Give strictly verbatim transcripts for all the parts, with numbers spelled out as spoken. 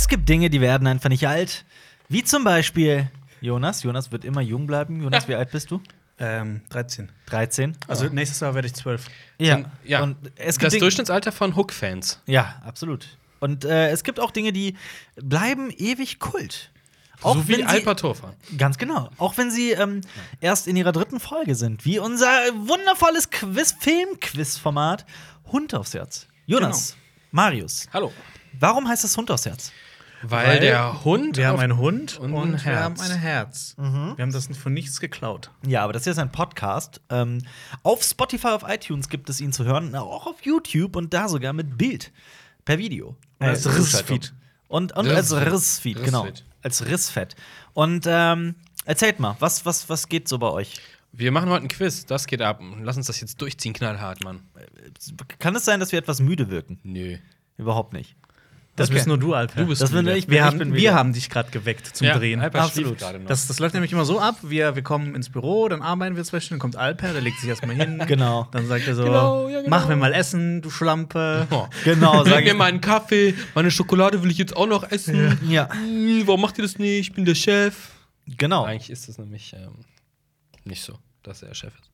Es gibt Dinge, die werden einfach nicht alt. Wie zum Beispiel Jonas. Jonas wird immer jung bleiben. Jonas, wie alt bist du? Ähm, dreizehn. dreizehn. Also Ja. nächstes Jahr werde ich zwölf. Ja. ja. Und es gibt Das Ding- Durchschnittsalter von Hook-Fans. Ja, absolut. Und äh, es gibt auch Dinge, die bleiben ewig Kult. Auch So wie wenn sie- Alpertofa. Ganz genau. Auch wenn sie ähm, erst in ihrer dritten Folge sind, wie unser wundervolles Quiz, Film-Quiz-Format Hund aufs Herz. Jonas, Marius, Hallo. warum heißt es Hund aufs Herz? Weil, Weil der Hund. Wir haben auf- einen Hund und und, ein wir haben Herz. ein Herz. Wir haben das von nichts geklaut. Ja, aber das hier ist ein Podcast. Ähm, auf Spotify, auf iTunes gibt es ihn zu hören, auch auf YouTube und da sogar mit Bild per Video. Und als Äh, Rissfeed. Und, und Riss- als Rissfeed, genau. Rissfeed. Als Rissfett. Und ähm, erzählt mal, was, was, was geht so bei euch? Wir machen heute ein Quiz. Das geht ab. Lass uns das jetzt durchziehen, knallhart, Mann. Kann es sein, dass wir etwas müde wirken? Nö. Überhaupt nicht. Das Okay. bist nur du, Alper. Du bist Das bin müde. ich. wir ich haben, bin wir müde. haben dich gerade geweckt zum Ja, Drehen. Alper Absolut. schläft gerade noch. Das, das läuft nämlich immer so ab: wir, wir kommen ins Büro, dann arbeiten wir zwei Stunden, dann kommt Alper, der legt sich erstmal hin. Genau. Dann sagt er so: Genau, ja, genau. Mach mir mal Essen, du Schlampe. Oh. Genau, Sag sag mir ich. mal einen Kaffee, meine Schokolade will ich jetzt auch noch essen. Ja, Hm, warum macht ihr das nicht? Ich bin der Chef. genau. Eigentlich ist das nämlich ähm, nicht so, dass er der Chef ist.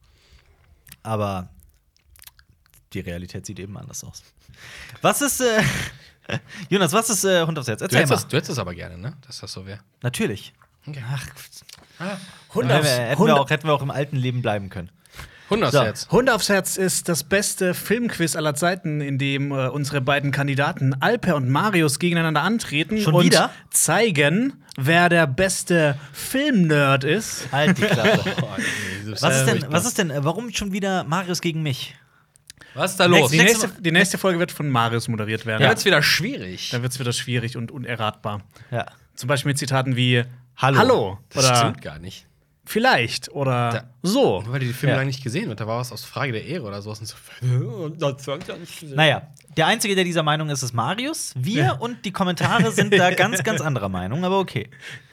Aber die Realität sieht eben anders aus. Was ist, äh, Jonas, was ist äh, Hund aufs Herz? Du Erzähl hättest, mal. das, du hättest das aber gerne, ne? Dass das so wäre. Natürlich. Okay. Ach, Hund hätten, aufs, wir, hätten, Hund, wir auch, hätten wir auch im alten Leben bleiben können. Hund aufs So. Herz. Hund aufs Herz ist das beste Filmquiz aller Zeiten, in dem äh, unsere beiden Kandidaten Alper und Marius gegeneinander antreten Schon und wieder? zeigen, wer der beste Filmnerd ist. Halt die Klappe. Oh, nee, das Was ist denn, furchtbar. was ist denn, äh, warum schon wieder Marius gegen mich? Was ist da los? Die Nächste nächste, die nächste Folge wird von Marius moderiert werden. Da wird's wieder schwierig. Dann wird es wieder schwierig und unerratbar. Ja. Zum Beispiel mit Zitaten wie Hallo. Hallo Das oder stimmt gar nicht. vielleicht oder Da- so. Nur weil du die Filme Ja. lange nicht gesehen hast. Da war was aus Frage der Ehre oder sowas. Und so, das hat er nicht gesehen. Naja, der Einzige, der dieser Meinung ist, ist Marius. Wir Ja. und die Kommentare sind da ganz, ganz anderer Meinung, aber okay.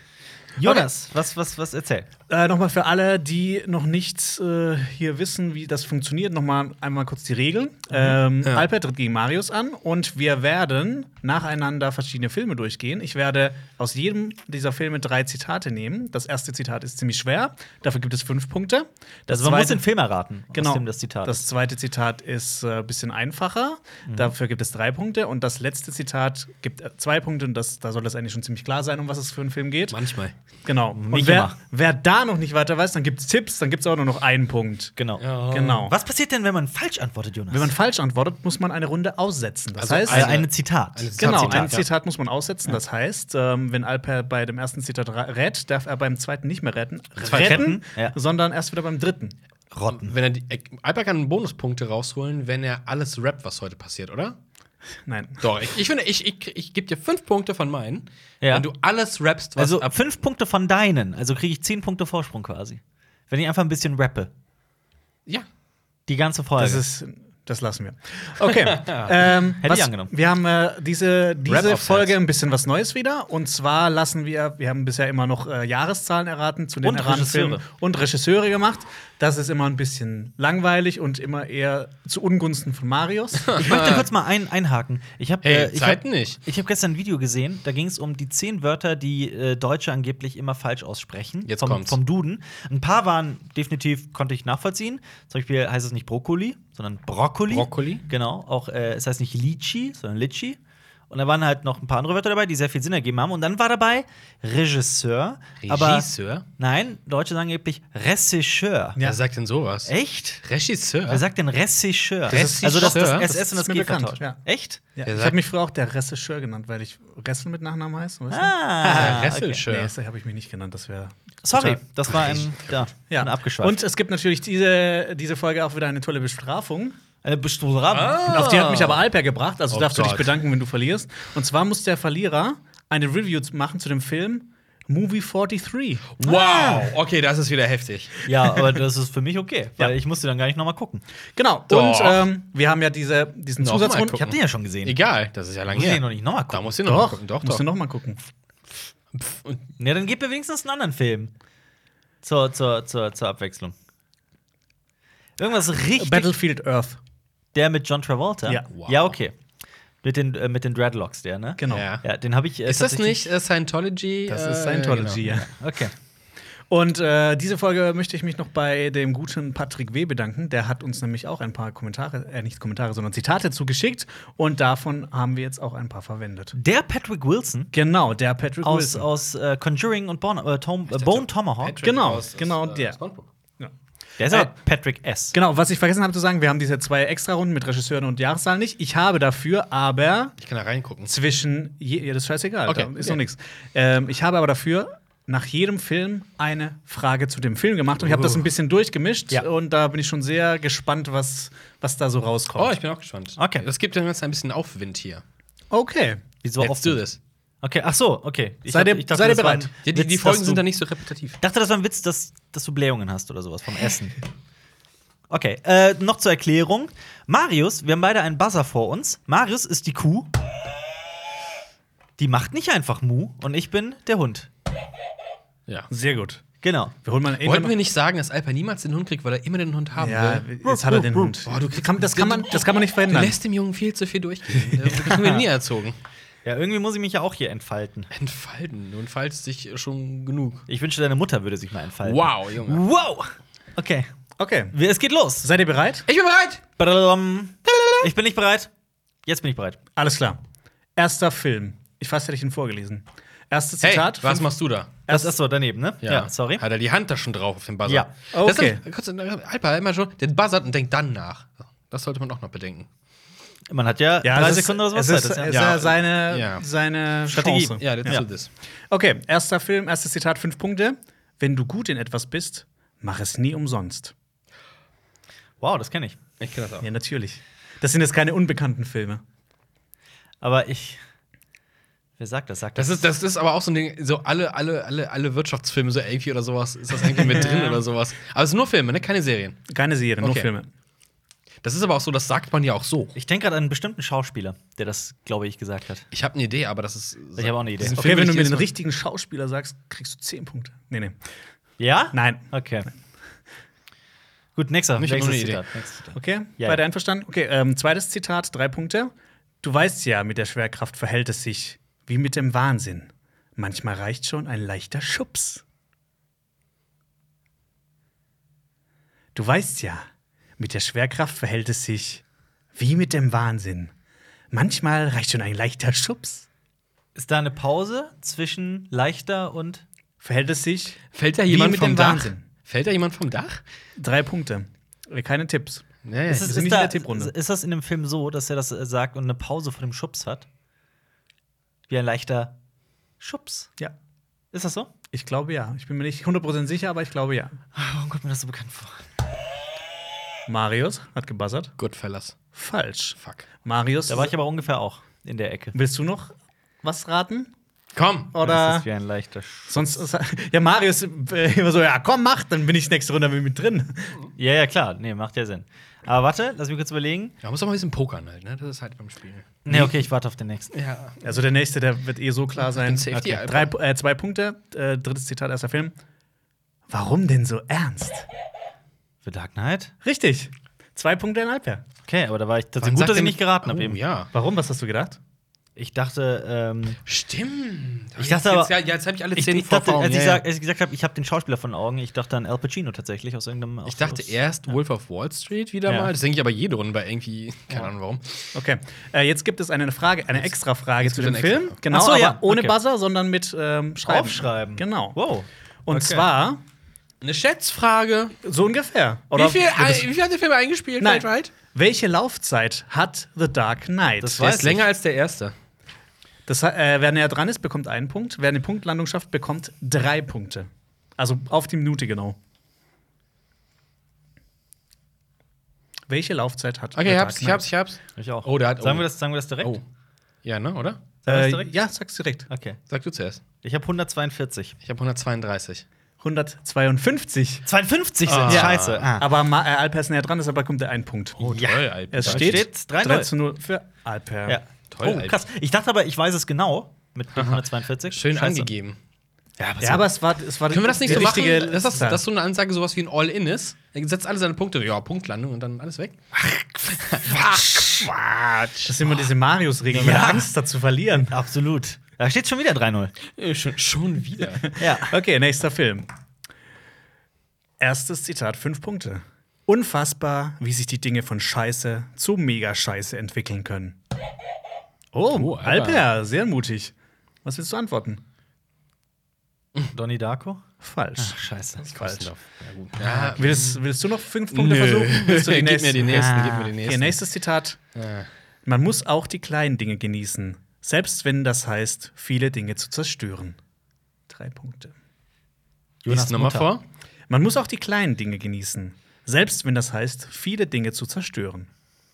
Jonas, was, was, was erzähl? Äh, nochmal für alle, die noch nicht äh, hier wissen, wie das funktioniert, nochmal einmal kurz die Regeln. Ähm, Ja. Alper tritt gegen Marius an und wir werden nacheinander verschiedene Filme durchgehen. Ich werde aus jedem dieser Filme drei Zitate nehmen. Das erste Zitat ist ziemlich schwer, dafür gibt es fünf Punkte. Das Also man muss den Film erraten, Genau. aus dem das Zitat Das zweite Zitat ist ein äh, bisschen einfacher. Dafür gibt es drei Punkte. Und das letzte Zitat gibt äh, zwei Punkte. Und das, da soll das eigentlich schon ziemlich klar sein, um was es für einen Film geht. Manchmal. Genau. Nicht Und wer, immer. wer da noch nicht weiter weiß, dann gibt es Tipps. Dann gibt es auch nur noch einen Punkt. Genau. Ja. Genau. Was passiert denn, wenn man falsch antwortet, Jonas? Wenn man falsch antwortet, muss man eine Runde aussetzen. Das Also heißt, also eine- eine Zitat. eine genau, Zitat, ein ja. Zitat muss man aussetzen. Das heißt, ähm, wenn Alper bei dem ersten Zitat ra- rät, darf er beim zweiten nicht mehr retten, Zwei retten, retten, ja. sondern erst wieder beim dritten. Rotten. Wenn er die, äh, Alper kann Bonuspunkte rausholen, wenn er alles rappt, was heute passiert, oder? Nein. Doch, ich, ich finde, ich, ich, ich gebe dir fünf Punkte von meinen, Ja. wenn du alles rappst, was Also ab. fünf Punkte von deinen. Also kriege ich zehn Punkte Vorsprung quasi. Wenn ich einfach ein bisschen rappe. Ja. Die ganze Folge. Das ist, das lassen wir. Okay. ähm, Hätte was, ich angenommen. Wir haben äh, diese, Rap diese aufs Folge Herz. ein bisschen was Neues wieder. Und zwar lassen wir, wir haben bisher immer noch äh, Jahreszahlen erraten zu den Und erratenen Regisseure. Filmen und Regisseure gemacht. Das ist immer ein bisschen langweilig und immer eher zu Ungunsten von Marius. Ich möchte kurz mal ein, einhaken. Ich habe Hey, äh, ich Zeit hab, nicht. ich hab gestern ein Video gesehen, da ging es um die zehn Wörter, die äh, Deutsche angeblich immer falsch aussprechen. Jetzt vom, kommt's. vom Duden. Ein paar waren definitiv, konnte ich nachvollziehen. Zum Beispiel heißt es nicht Brokkoli, sondern Brokkoli. Brokkoli? Genau. Auch äh, es heißt nicht Litchi, sondern Litchi. Und da waren halt noch ein paar andere Wörter dabei, die sehr viel Sinn ergeben haben. Und dann war dabei Regisseur. Aber Regisseur? nein, Deutsche sagen angeblich Regisseur. Wer sagt denn sowas? Echt? Regisseur? Wer sagt denn Regisseur? Das ist- also das, das Regisseur? S Das S und das ist mir G bekannt, vertauscht. ja. Echt? Ja, Wer ich sagt- habe mich früher auch der Regisseur genannt, weil ich Ressel mit Nachnamen heiße. Weißt du? Ah, Äh, okay. Regisseur. Nee, das habe ich mich nicht genannt. Das wäre. Sorry, das war ein, ja, Ja. ein abgeschweift. Und es gibt natürlich diese, diese Folge auch wieder eine tolle Bestrafung. eine Bestrafung. Auf die hat mich aber Alper gebracht, also Oh darfst du dich Gott. bedanken, wenn du verlierst. Und zwar muss der Verlierer eine Review machen zu dem Film Movie dreiundvierzig. Wow, okay, das ist wieder heftig. Ja, aber das ist für mich okay, weil Ja. ich musste dann gar nicht noch mal gucken. Genau. Doch. Und ähm, wir haben ja diese, diesen Noch mal Zusatzrund. Ich habe den ja schon gesehen. Egal, das ist ja lange Muss ich her. den noch nicht noch mal Da gucken? musst du noch mal Doch, gucken. Doch, musst doch. du noch mal gucken. Und Ja, dann gib mir wenigstens einen anderen Film. Zur, zur, zur, zur Abwechslung. Irgendwas richtig. Battlefield Earth. Der mit John Travolta? Ja. Wow. Ja, okay. Mit den, äh, mit den Dreadlocks, der, ne? Genau. Ja. Ja, den habe ich. Äh, Ist das tatsächlich- nicht äh, Scientology? Das Äh, ist Scientology, genau. ja. Okay. Und äh, diese Folge möchte ich mich noch bei dem guten Patrick W. bedanken. Der hat uns nämlich auch ein paar Kommentare, äh, nicht Kommentare, sondern Zitate zugeschickt. Und davon haben wir jetzt auch ein paar verwendet. Der Patrick Wilson Genau, der Patrick aus, Wilson. aus äh, Conjuring und Bon, äh, Tom, äh, Bone Tomahawk. Patrick Genau, aus- aus, genau äh, der. SpongeBob. Ja. Der ist aber Patrick S. Genau, was ich vergessen habe zu sagen, wir haben diese zwei Extra-Runden mit Regisseuren und Jahreszahlen nicht. Ich habe dafür aber Ich kann da reingucken. zwischen, je, ja, das ist scheißegal, Okay, da ist okay. noch nichts. Ähm, ich habe aber dafür nach jedem Film eine Frage zu dem Film gemacht und ich habe das ein bisschen durchgemischt Ja. und da bin ich schon sehr gespannt, was, was da so rauskommt. Oh, ich bin auch gespannt. Okay. Das gibt dem jetzt ein bisschen Aufwind hier. Okay. Wieso Let's oft? do this. Okay, ach so, okay. Ich Seid dachte- ihr- ich dachte, seid ihr das war ein bereit? Die, die, die Witz, Folgen dass sind du- dann nicht so repetitiv. Ich dachte, das war ein Witz, dass, dass du Blähungen hast oder sowas vom Essen. Okay, äh, noch zur Erklärung. Marius, wir haben beide einen Buzzer vor uns. Marius ist die Kuh. Die macht nicht einfach Mu und ich bin der Hund. Ja. Sehr gut. Genau. Wir holen mal Wollten irgendwann wir nicht sagen, dass Alper niemals den Hund kriegt, weil er immer den Hund haben Ja, will? jetzt hat er den Hund. Boah, du kriegst- kann, das, kann man, das kann man nicht Du verhindern. lässt dem Jungen viel zu viel durchgehen. Das kriegen wir nie erzogen. Ja, irgendwie muss ich mich ja auch hier entfalten. Entfalten. Du entfaltest dich schon genug. Ich wünschte, deine Mutter würde sich mal entfalten. Wow, Junge. Wow! Okay, Okay. wir- es geht los. Seid ihr bereit? Ich bin bereit! Badadam. Ich bin nicht bereit. Jetzt bin ich bereit. Alles klar. Erster Film. Ich fast hätte ich ihn vorgelesen. Erstes Hey, Zitat. was fünf- machst du da? Das ist so daneben, ne? sorry. Hat er die Hand da schon drauf auf dem Buzzer? Ja. Das Okay. ist, kurz, Alper, immer schon, der buzzert und denkt dann nach. Das sollte man auch noch bedenken. Man hat ja, Ja, drei es ist- Sekunden oder sowas es ist, Zeit. Das, ist ja. ja, Ja. seine, Ja. seine Strategie. Chance. Ja, let's Ja. do this. Okay, erster Film, erstes Zitat, fünf Punkte. Wenn du gut in etwas bist, mach es nie umsonst. Wow, das kenne ich. Ich kenne das auch. Ja, natürlich. Das sind jetzt keine unbekannten Filme. Aber ich. Wer sagt das? Sagt Das ist, das ist aber auch so ein Ding, so alle, alle, alle, alle Wirtschaftsfilme, so A P oder sowas, ist das irgendwie mit drin oder sowas. Aber es sind nur Filme, ne? Keine Serien. Keine Serien, nur Okay. Filme. Das ist aber auch so, das sagt man ja auch so. Ich denke gerade an einen bestimmten Schauspieler, der das, glaube ich, gesagt hat. Ich habe eine Idee, aber das ist. Ich habe auch eine Idee. diesen Okay, Film wenn will du ich mir jedes den Mal- richtigen Schauspieler sagst, kriegst du zehn Punkte. Nee, nee. Ja? Nein. Okay. Gut, nächster. Ich hab nächstes nur eine Zitat. Nächstes Zitat. Okay, Ja, beide ja. einverstanden? Okay, ähm, zweites Zitat, drei Punkte. Du weißt ja, mit der Schwerkraft verhält es sich wie mit dem Wahnsinn. Manchmal reicht schon ein leichter Schubs. Du weißt ja, mit der Schwerkraft verhält es sich wie mit dem Wahnsinn. Manchmal reicht schon ein leichter Schubs. Ist da eine Pause zwischen leichter und. Verhält es sich Fällt da wie jemand mit vom dem Dach? Wahnsinn. Fällt da jemand vom Dach? Drei Punkte. Äh, Keine Tipps. Ja, ja. Ist, wir es, sind ist, nicht da, in der Tipprunde. ist das in dem Film so, dass er das äh, sagt und eine Pause vor dem Schubs hat? Wie ein leichter Schubs. Ja, Ist das so? ich glaube ja. Ich bin mir nicht hundert Prozent sicher, aber ich glaube ja. Warum kommt mir das so bekannt vor? Marius hat gebuzzert. Goodfellas. Falsch. Fuck. Marius, Da war ich aber ungefähr auch in der Ecke. willst du noch was raten? Komm! Das Oder ist wie ein leichter Schubs. sonst ist, ja Marius äh, immer so, ja komm, mach, dann bin ich nächste Runde mit drin. Ja, ja, klar. Nee, macht ja Sinn. Aber warte, lass mich kurz überlegen. Ja, muss auch mal ein bisschen pokern halt, ne? Das ist halt beim Spiel. Nee, okay, ich warte auf den nächsten. Ja. Also der nächste, der wird eh so klar sein. bin Safety, Okay. Alter. Drei, äh, zwei Punkte, äh, drittes Zitat, erster Film. Warum denn so ernst? The Dark Knight? Richtig. Zwei Punkte in Alper. Okay, aber da war ich Wann tatsächlich gut, sagt dass ich denn- nicht geraten Oh, habe eben. ja. Warum? Was hast du gedacht? Ich dachte, ähm, Stimmt. Ich jetzt, dachte aber- jetzt, ja, jetzt habe ich alle ich, zehn ich vor dachte, Augen. als ich, Ja, ja. sag, als ich gesagt habe, ich habe den Schauspieler von den Augen, ich dachte an Al Pacino tatsächlich aus irgendeinem. Ich aus- dachte aus- erst Wolf of Wall Street wieder Ja. mal. Das denke ich aber jede Runde bei irgendwie, keine Ahnung warum. Okay. Äh, jetzt gibt es eine Frage, eine extra Frage zu gibt dem eine extra Film. Frage. Genau, Ach so, aber ja. ohne Okay. Buzzer, sondern mit ähm, Schreiben. Aufschreiben. Genau. Wow. Und Okay. zwar Eine Schätzfrage. so ungefähr. Oder Wie viel, wird es- wie viel hat der Film eingespielt? Nein. weltweit? Welche Laufzeit hat The Dark Knight? Das Der weiß ist ich. länger als der erste. Das, äh, wer näher dran ist, bekommt einen Punkt. Wer eine Punktlandung schafft, bekommt drei Punkte. Also auf die Minute genau. Welche Laufzeit hat Okay, The ich Dark hab's, ich Knight? hab's, ich hab's. Ich auch. Oh, der hat- sagen, oh. wir das, sagen wir das direkt? Oh. Ja, ne, oder? Sagen wir das Äh, direkt? ja, sag's direkt. Okay. Sag du zuerst. Ich habe hundertzweiundvierzig. Ich habe hundertzweiunddreißig. hundertzweiundfünfzig. zweiundfünfzig sind Ah. Scheiße. Ah. Aber Ma äh, Alper ist näher dran, deshalb bekommt er einen Punkt. Oh, Ja. toll, Alper. Es Da steht, steht's drei drei null. zu null für Alper. Ja. Toll, Oh, Alter. krass. Ich dachte aber, ich weiß es genau mit dem hundertzweiundvierzig. Schön Scheiße. angegeben. Ja, aber Ja, aber es war, es war Können wir das nicht die so machen, richtige dass das, Zahl. dass so eine Ansage sowas wie ein All-In ist? Er setzt alle seine Punkte, ja, Punktlandung und dann alles weg. Quatsch. Das sind immer diese Marius-Regeln, mit Ja. Angst, da zu verlieren. absolut. Da steht schon wieder drei null. Äh, schon, schon wieder. Ja. Okay, nächster Film. Erstes Zitat, fünf Punkte. Unfassbar, wie sich die Dinge von Scheiße zu Mega-Scheiße entwickeln können. Oh, Oh, Alter. Alper, sehr mutig. Was willst du antworten? Donnie Darko? Falsch. Ach, scheiße. Falsch. Ja, gut. Ja, Willst, willst du noch fünf Punkte Nö. versuchen? Willst du die Gib mir nächsten? die nächsten, Ah. gib mir die Okay, nächsten. nächstes Zitat. Ja. Man muss auch die kleinen Dinge genießen, selbst wenn das heißt, viele Dinge zu zerstören. Drei Punkte. Lies nochmal Mutter. vor. Man muss auch die kleinen Dinge genießen, selbst wenn das heißt, viele Dinge zu zerstören.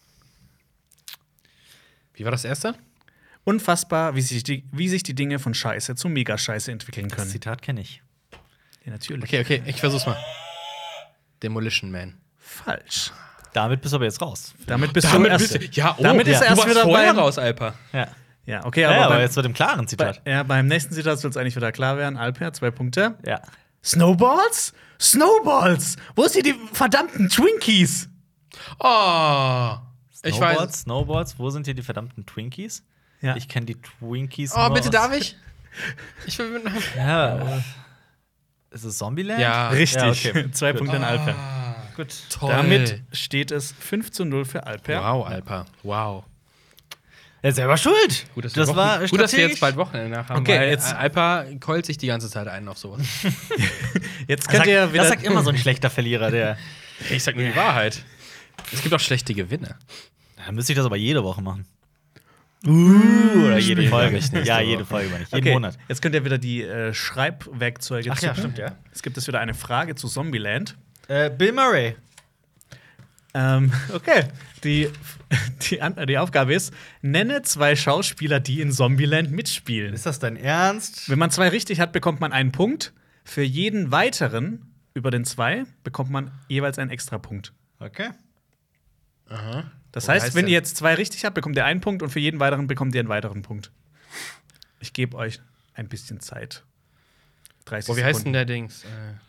Wie war das erste? Unfassbar, wie sich die, wie sich die Dinge von Scheiße zu Mega-Scheiße entwickeln Das können. Zitat kenne ich. Ja, natürlich. Okay, okay, ich versuch's mal. Demolition Man. Falsch. Damit bist du aber jetzt raus. Damit bist Damit du bist erst. du, ja, oh, Damit ist ja. er erst du warst wieder vorher beim- raus, Alper. Ja. Ja, okay, Ja, aber, aber, beim, jetzt mit dem klaren bei, Zitat. ja, beim nächsten Zitat soll es eigentlich wieder klar werden. Alper, zwei Punkte. Ja. Snowballs? Snowballs! Wo sind die verdammten Twinkies? Oh, ich Snowballs, weiß. Snowballs, wo sind hier die verdammten Twinkies? Ja. Ich kenne die Twinkies. Oh, nur bitte aus- darf ich? Ich will mit Ja. äh, Ist es Zombieland? Ja. Richtig. Ja, okay. Zwei Punkte an Alper. Ah, Gut. toll. Damit steht es fünf zu null für Alper. Wow, Alper. Wow. Er ist selber schuld. Gut, dass, das wir, war Wochen, gut, dass wir strategisch. jetzt bald Wochenende nach haben. Okay, weil jetzt- äh, Alper keult sich die ganze Zeit ein auf sowas. Jetzt Das könnt sagt, ihr wieder. das sagt immer so ein schlechter Verlierer, der. Ich sag nur die Wahrheit. Es gibt auch schlechte Gewinner. Dann müsste ich das aber jede Woche machen. Uh, oder jede Spielen Folge. wir nicht nächste Ja, Woche. jede Folge, meine ich. Jeden Okay, Monat. jetzt könnt ihr wieder die äh, Schreibwerkzeuge Ach ja, zücken. stimmt, ja. Es gibt jetzt wieder eine Frage zu Zombieland. Äh, Bill Murray. Ähm, okay. Die, die, An die Aufgabe ist: Nenne zwei Schauspieler, die in Zombieland mitspielen. Ist das dein Ernst? Wenn man zwei richtig hat, bekommt man einen Punkt. Für jeden weiteren über den zwei bekommt man jeweils einen Extrapunkt. Okay. Aha. Das Wo heißt, heißt wenn denn? ihr jetzt zwei richtig habt, bekommt ihr einen Punkt und für jeden weiteren bekommt ihr einen weiteren Punkt. Ich gebe euch ein bisschen Zeit. dreißig Boah, wie heißt denn Sekunden. der Dings? Äh,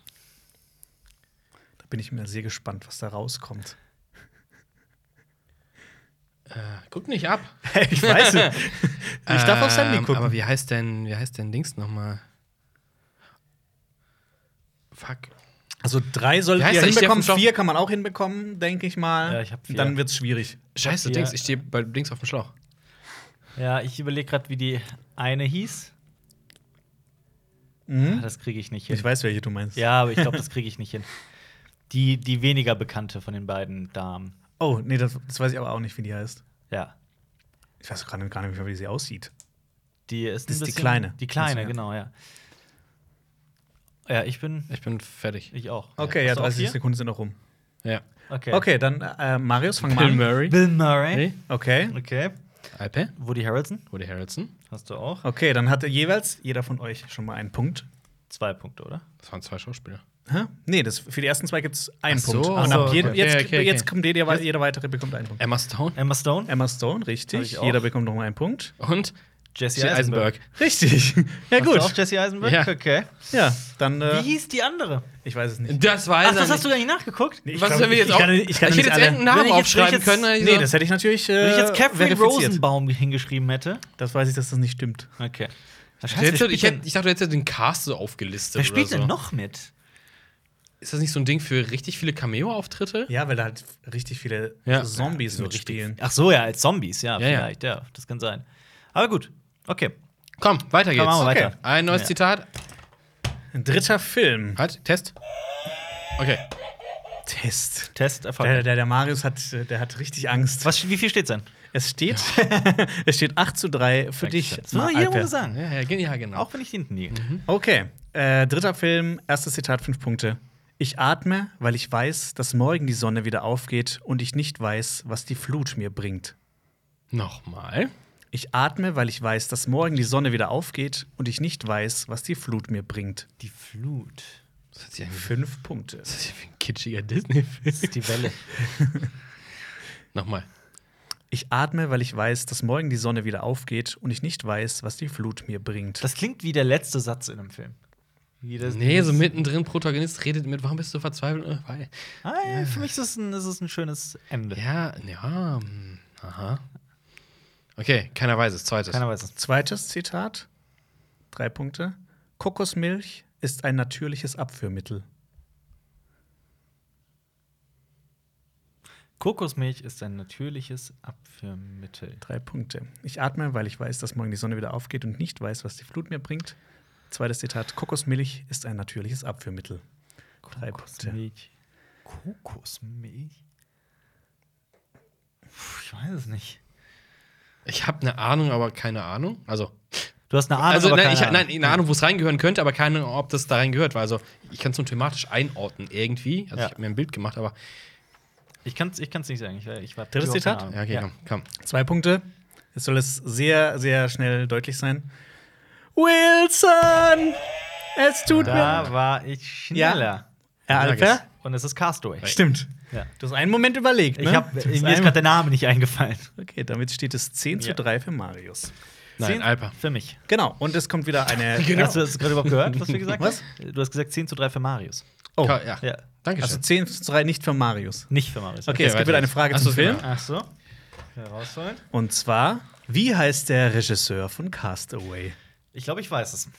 Da bin ich mir sehr gespannt, was da rauskommt. äh, guck nicht ab. Ich weiß nicht. Ich darf aufs Handy Ähm, gucken. Aber wie heißt denn, wie heißt denn Dings nochmal? Fuck. Also drei solltet Wie heißt ihr der? Ich stehe auf hinbekommen, dem Schlauch. vier kann man auch hinbekommen, denke ich mal. Ja, ich hab vier. Dann wird's schwierig. Scheiße, Ja. Dings, ich stehe bei Dings auf dem Schlauch. Ja, ich überlege gerade, wie die eine hieß. Mhm. Ah, Das kriege ich nicht hin. Ich weiß, welche du meinst. Ja, aber ich glaube, das kriege ich nicht hin. Die, die weniger bekannte von den beiden Damen. Oh, nee, das, das weiß ich aber auch nicht, wie die heißt. Ah, Ja. Ich weiß gerade gar nicht, wie sie aussieht. Die ist, Das ein ist die bisschen- Kleine. Die kleine, Also, ja. genau, ja. Ja, ich bin. Ich bin fertig. Ich auch. Okay, ja, Hast du auch dreißig vier? Sekunden sind noch rum. Ja. Okay. Okay, dann äh, Marius, fang mal Bill an. Murray. Bill Murray. Hey. Okay. Okay. Alpe. Woody Harrelson. Woody Harrelson. Hast du auch. Okay, dann hatte jeweils jeder von euch schon mal einen Punkt. Zwei Punkte, oder? Das waren zwei Schauspieler. Hä? Nee, das, für die ersten zwei gibt es einen Ach so. Punkt. Und Ach ab so, jedem- okay. jetzt, Okay, okay, jetzt okay. kommt jeder, jeder weitere bekommt einen Punkt. Emma Stone. Emma Stone. Emma Stone, Hab richtig. ich auch. Jeder bekommt noch mal einen Punkt. Und Jesse Jesse Eisenberg. Eisenberg. Richtig. Ja, Hast gut. du auch Jesse Eisenberg? Ja. Okay. Ja, dann. Wie Äh, hieß die andere? ich weiß es nicht. Das weiß Ach, das er hast du gar nicht nachgeguckt? Nee, ich Was glaub, wenn wir jetzt ich auch. kann- ich kann hätte nicht jetzt alle- irgendeinen Namen Wenn ich jetzt- aufschreiben wenn ich können. jetzt- also- Nee, das hätte ich natürlich. Äh, Wenn ich jetzt Catherine verifiziert. Rosenbaum hingeschrieben hätte. Das weiß ich, dass das nicht stimmt. Okay. Ich, Scheiße, wer hätte, spielt ich, denn- hätte, ich dachte, du hättest ja den Cast so aufgelistet. Wer spielt oder so. denn noch mit? Ist das nicht so ein Ding für richtig viele Cameo-Auftritte? Ja, weil da halt richtig viele Ja. Zombies So mitspielen. Ach so, ja, als Zombies, ja, Ja, ja. vielleicht, ja. Das kann sein. Aber gut. Okay. Komm, weiter geht's. Komm, machen wir Okay. weiter. Ein neues Ja. Zitat. Ein dritter Film. Halt, Test. Okay. Test. Test Der, erfolgreich. der, der Marius hat, der hat richtig Angst. Was, wie viel steht's denn? Es steht, es steht acht zu drei für dich. Das muss man jeder Alper. Runde sagen. Ja, ja, gen- ja genau. Auch wenn ich hinten liege. Okay, äh, dritter Film, erstes Zitat, fünf Punkte. Ich atme, weil ich weiß, dass morgen die Sonne wieder aufgeht und ich nicht weiß, was die Flut mir bringt. Nochmal. Ich atme, weil ich weiß, dass morgen die Sonne wieder aufgeht und ich nicht weiß, was die Flut mir bringt. Die Flut. Das ist ja wie Fünf Punkte. das ist ja wie ein kitschiger Disney-Film. Das ist die Welle. Nochmal. Ich atme, weil ich weiß, dass morgen die Sonne wieder aufgeht und ich nicht weiß, was die Flut mir bringt. Das klingt wie der letzte Satz in einem Film. Wie das Nee, so ist. mittendrin, Protagonist redet mit, warum bist du verzweifelt? Äh, weil- Ah, ja, für mich ist es, ein, ist es ein schönes Ende. Ja, ja, hm, aha. Okay, keiner weiß es. Zweites. Keiner weiß es. Zweites Zitat. Drei Punkte. Kokosmilch ist ein natürliches Abführmittel. Kokosmilch ist ein natürliches Abführmittel. Drei Punkte. Ich atme, weil ich weiß, dass morgen die Sonne wieder aufgeht und nicht weiß, was die Flut mir bringt. Zweites Zitat. Kokosmilch ist ein natürliches Abführmittel. Drei Punkte. Kokosmilch. Kokosmilch? Puh, ich weiß es nicht. Ich habe eine Ahnung, aber keine Ahnung. Also, Du hast eine Ahnung, also aber nein, keine ich, Ahnung. nein, eine Ahnung, wo es reingehören könnte, aber keine Ahnung, ob das da reingehört. Weil also, ich kann es nur thematisch einordnen irgendwie. Also, Ja. ich habe mir ein Bild gemacht, aber. Ich kann es ich kann's nicht sagen. Ich, ich war Drittes überhaupt keine Zitat? Ahnung. Ja, okay, komm, komm. Zwei Punkte. Jetzt soll es sehr, sehr schnell deutlich sein. Wilson! Es tut mir Da war ich schneller. Herr Sag Alper? Und es ist Castaway. Stimmt. Ja. Du hast einen Moment überlegt, ne? Ich hab, Du hast mir ist einen- gerade der Name nicht eingefallen. Okay, damit steht es zehn Ja. zu drei für Marius. Nein, Zehn Alper. Für mich. Genau, und es kommt wieder eine. Hast du das gerade überhaupt gehört, was wir gesagt haben? Was? Du hast gesagt zehn zu drei für Marius. Oh, Ja, ja. Ja. Danke also schön. zehn zu drei nicht für Marius. Nicht für Marius. Okay, es gibt weiter wieder eine geht's. Frage Ach so, zum Film. genau. Ach so. Herausholen. Und zwar, wie heißt der Regisseur von Castaway? Ich glaube, ich weiß es.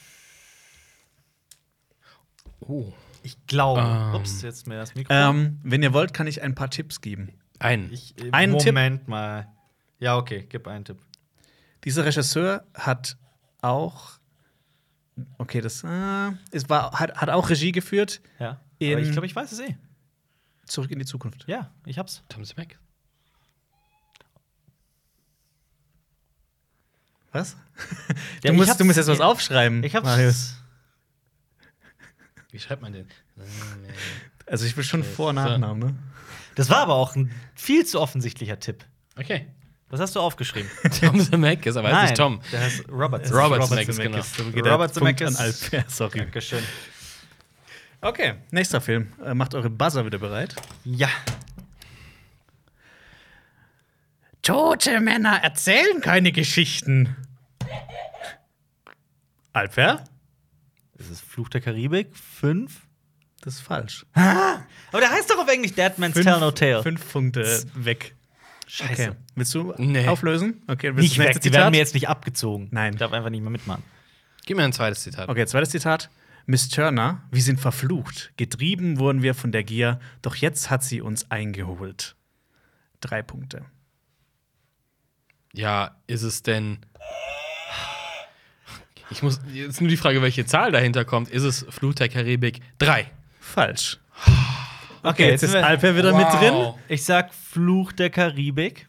Oh. Ich glaube. Ähm. Ups, jetzt mir das Mikro. Ähm, wenn ihr wollt, kann ich ein paar Tipps geben. Ein. ich, äh, ein Moment mal. Ja, okay, gib einen Tipp. Dieser Regisseur hat auch. Okay, das äh, es war, hat, hat auch Regie geführt. Ja. In- Aber ich glaube, ich weiß es eh. Zurück in die Zukunft. Ja, ich hab's. Tom Smack. Was? Ja, du, ich musst, hab's- du musst jetzt was aufschreiben. Ich hab's. Marius. Wie schreibt man den? Also ich will schon Okay, Vor- und so. Nachnamen, ne? Das war aber auch ein viel zu offensichtlicher Tipp. Okay. Was hast du aufgeschrieben? Tom Zemeckis, aber es ist Tom. Der heißt Robert. Robert Zemeckis, Zemeckis, genau. Dann geht Robert der Punkt Zemeckis. an Alper, sorry. Dankeschön. Okay, nächster Film. Äh, macht eure Buzzer wieder bereit. Ja. Tote Männer erzählen keine Geschichten. Alper? Ist es Fluch der Karibik? Fünf? Das ist falsch. Aber der heißt doch auf Englisch Dead Man's Tell No Tale. Fünf Punkte weg. Scheiße. Okay. Willst du Nee. auflösen? Okay, willst Nicht du das weg, nächste die werden Zitat? mir jetzt nicht abgezogen. Nein. Ich darf einfach nicht mehr mitmachen. Gib mir ein zweites Zitat. Okay, zweites Zitat. Miss Turner, wir sind verflucht. Getrieben wurden wir von der Gier, doch jetzt hat sie uns eingeholt. Drei Punkte. Ja, ist es denn. Ich muss. Jetzt nur die Frage, welche Zahl dahinter kommt. Ist es Fluch der Karibik drei? Falsch. Okay, Okay, jetzt jetzt ist sind wir- Alper wieder mit drin. Ich sag Fluch der Karibik.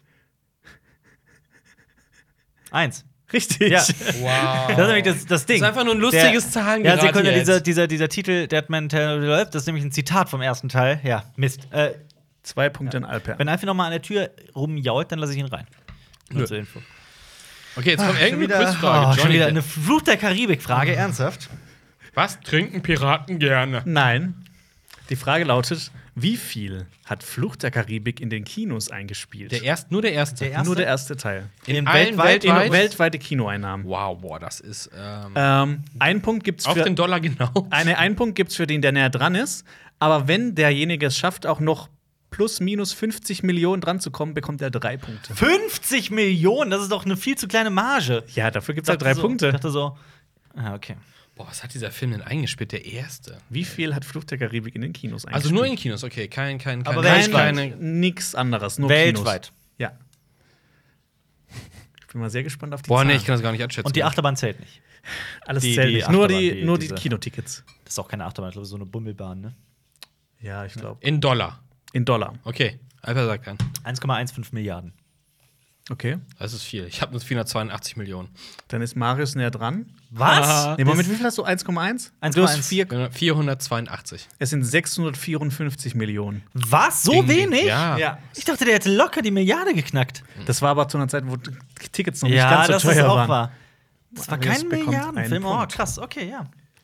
Eins. Richtig. Ja. Wow. Das ist nämlich das, das Ding. Das ist einfach nur ein lustiges Der- Zahlengerät Ja, Sekunde, jetzt. dieser, dieser, dieser Titel, Dead Man Tell No Tale, das ist nämlich ein Zitat vom ersten Teil. Ja, Mist. Äh, Zwei Punkte an Alper. wenn Alfie noch mal an der Tür rumjault, dann lasse ich ihn rein. Nur Nö. zur Info. Okay, jetzt kommt irgendeine wieder, Quizfrage. oh, schon Johnny, wieder eine Fluch der Karibik-Frage, ernsthaft? was trinken Piraten gerne? Nein. Die Frage lautet: Wie viel hat Flucht der Karibik in den Kinos eingespielt? Der erst, nur der erste. Der erste? Nur der erste Teil. In, allen allen In weltweit. weltweite Kinoeinnahmen. Wow, boah, das ist. Ähm, Ähm, ein Punkt gibt's auf für den Dollar genau. eine, einen Punkt gibt's für den, der näher dran ist. Aber wenn derjenige es schafft, auch noch plus minus fünfzig Millionen dran zu kommen, bekommt er drei Punkte. fünfzig Millionen, das ist doch eine viel zu kleine Marge. Ja, dafür gibt's halt Dachte drei so, Punkte. Ich dachte so, ah, okay. Boah, was hat dieser Film denn eingespielt? Der erste. Wie viel hat Flucht der Karibik in den Kinos eingespielt? Also nur in Kinos, okay. Kein, kein, kein Aber kein- weltweit. keine- Nix anderes, nur Weltweit. Kinos. Ja. Ich bin mal sehr gespannt auf die Boah, Zahlen. nee, ich kann das gar nicht einschätzen. Und die Achterbahn zählt nicht. Alles die- zählt die nicht. Nur die, Achterbahn, die- nur die diese- Kinotickets. Das ist auch keine Achterbahn, ich glaube, so eine Bummelbahn, ne? Ja, ich glaube. In Dollar. In Dollar. Okay, Alper sagt dann. eins Komma fünfzehn Milliarden. Okay. Das ist viel. Ich habe nur vierhundertzweiundachtzig Millionen. Dann ist Marius näher dran. Was? Nee, Moment, wie viel hast du? eins Komma eins? eins Du Komma hast eins. vier. vierhundertzweiundachtzig. Es sind sechshundertvierundfünfzig Millionen. Was? So Ding, ding. wenig? Ja. Ich dachte, der hätte locker die Milliarde geknackt. Das war aber zu einer Zeit, wo die Tickets noch nicht Ja, ganz so das teuer ist auch waren. wahr. Das war Marius kein bekommt Milliardenfilm. einen Oh, Punkt. krass. Okay, ja.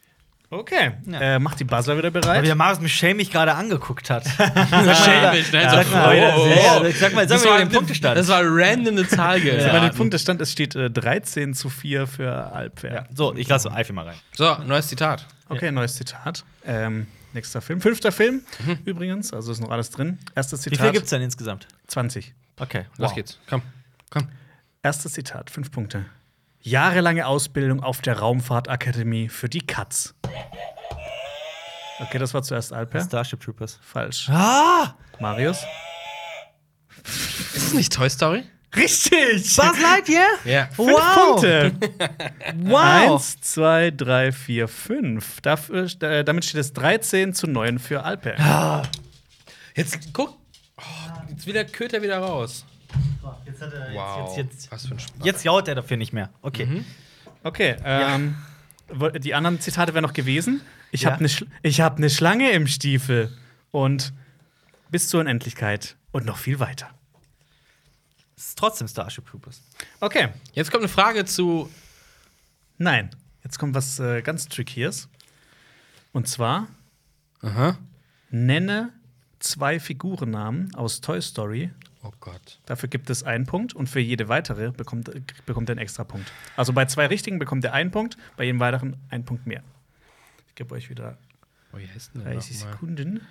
Okay, Ja. äh, macht die Buzzer wieder Weil bereit. der Marius mich schämig gerade angeguckt hat. Schämig, ne? Sag So, mal, oh, oh, ja, oh. ja, sag mal, sag Das mal war den Punktestand. Das war random eine Zahl Ja. geraten. Bei den Punktestand, es steht äh, dreizehn zu vier für Alper. Ja. So, ich lasse Eifel mal rein. So, neues Zitat. Okay, neues Zitat. Ähm, nächster Film. Fünfter Film übrigens, also ist noch alles drin. Erstes Wie Zitat. viel gibt's denn insgesamt? zwanzig. Okay, Los wow. geht's. Komm. Komm. Erstes Zitat, fünf Punkte. Jahrelange Ausbildung auf der Raumfahrtakademie für die Katz. Okay, das war zuerst Alper. Starship Troopers. Falsch. Ah! Marius? Ist es nicht Toy Story? Richtig! Buzz Lightyear? Ja. Wow! Punkte. Wow! Eins, zwei, drei, vier, fünf. Dafür, äh, damit steht es dreizehn zu neun für Alper. Jetzt guck. Oh, jetzt will der Köter wieder raus. Jetzt, hat er, Wow. jetzt, jetzt, Was für ein Spaß. jetzt, jetzt jault er dafür nicht mehr. Okay. Okay, ähm, wo- die anderen Zitate wären noch gewesen. Ich Ja. habe eine ich hab ne Schlange im Stiefel. Und bis zur Unendlichkeit. Und noch viel weiter. Es ist trotzdem Starship Troopers. Okay, Jetzt kommt eine Frage zu. nein. Jetzt kommt was äh, ganz Trickyes. Und zwar Aha. nenne zwei Figurennamen aus Toy Story. Oh Gott. Dafür gibt es einen Punkt und für jede weitere bekommt, bekommt er einen extra Punkt. Also bei zwei richtigen bekommt er einen Punkt, bei jedem weiteren einen Punkt mehr. Ich gebe euch wieder Oh, wie heißt denn der dreißig nochmal? Sekunden.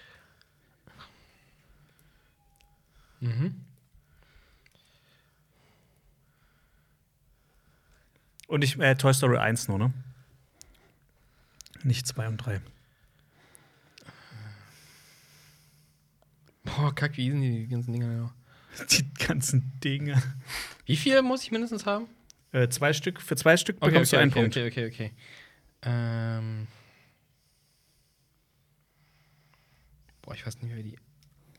Mhm. Und ich, äh, Toy Story eins nur, ne? Nicht zwei und drei. Boah, kack, wie hießen die ganzen Dinger noch? Die ganzen Dinge. Wie viel muss ich mindestens haben? Äh, zwei Stück, für zwei Stück bekommst du einen okay, Punkt. okay, okay, okay. Ähm. Boah, ich weiß nicht mehr, wie die.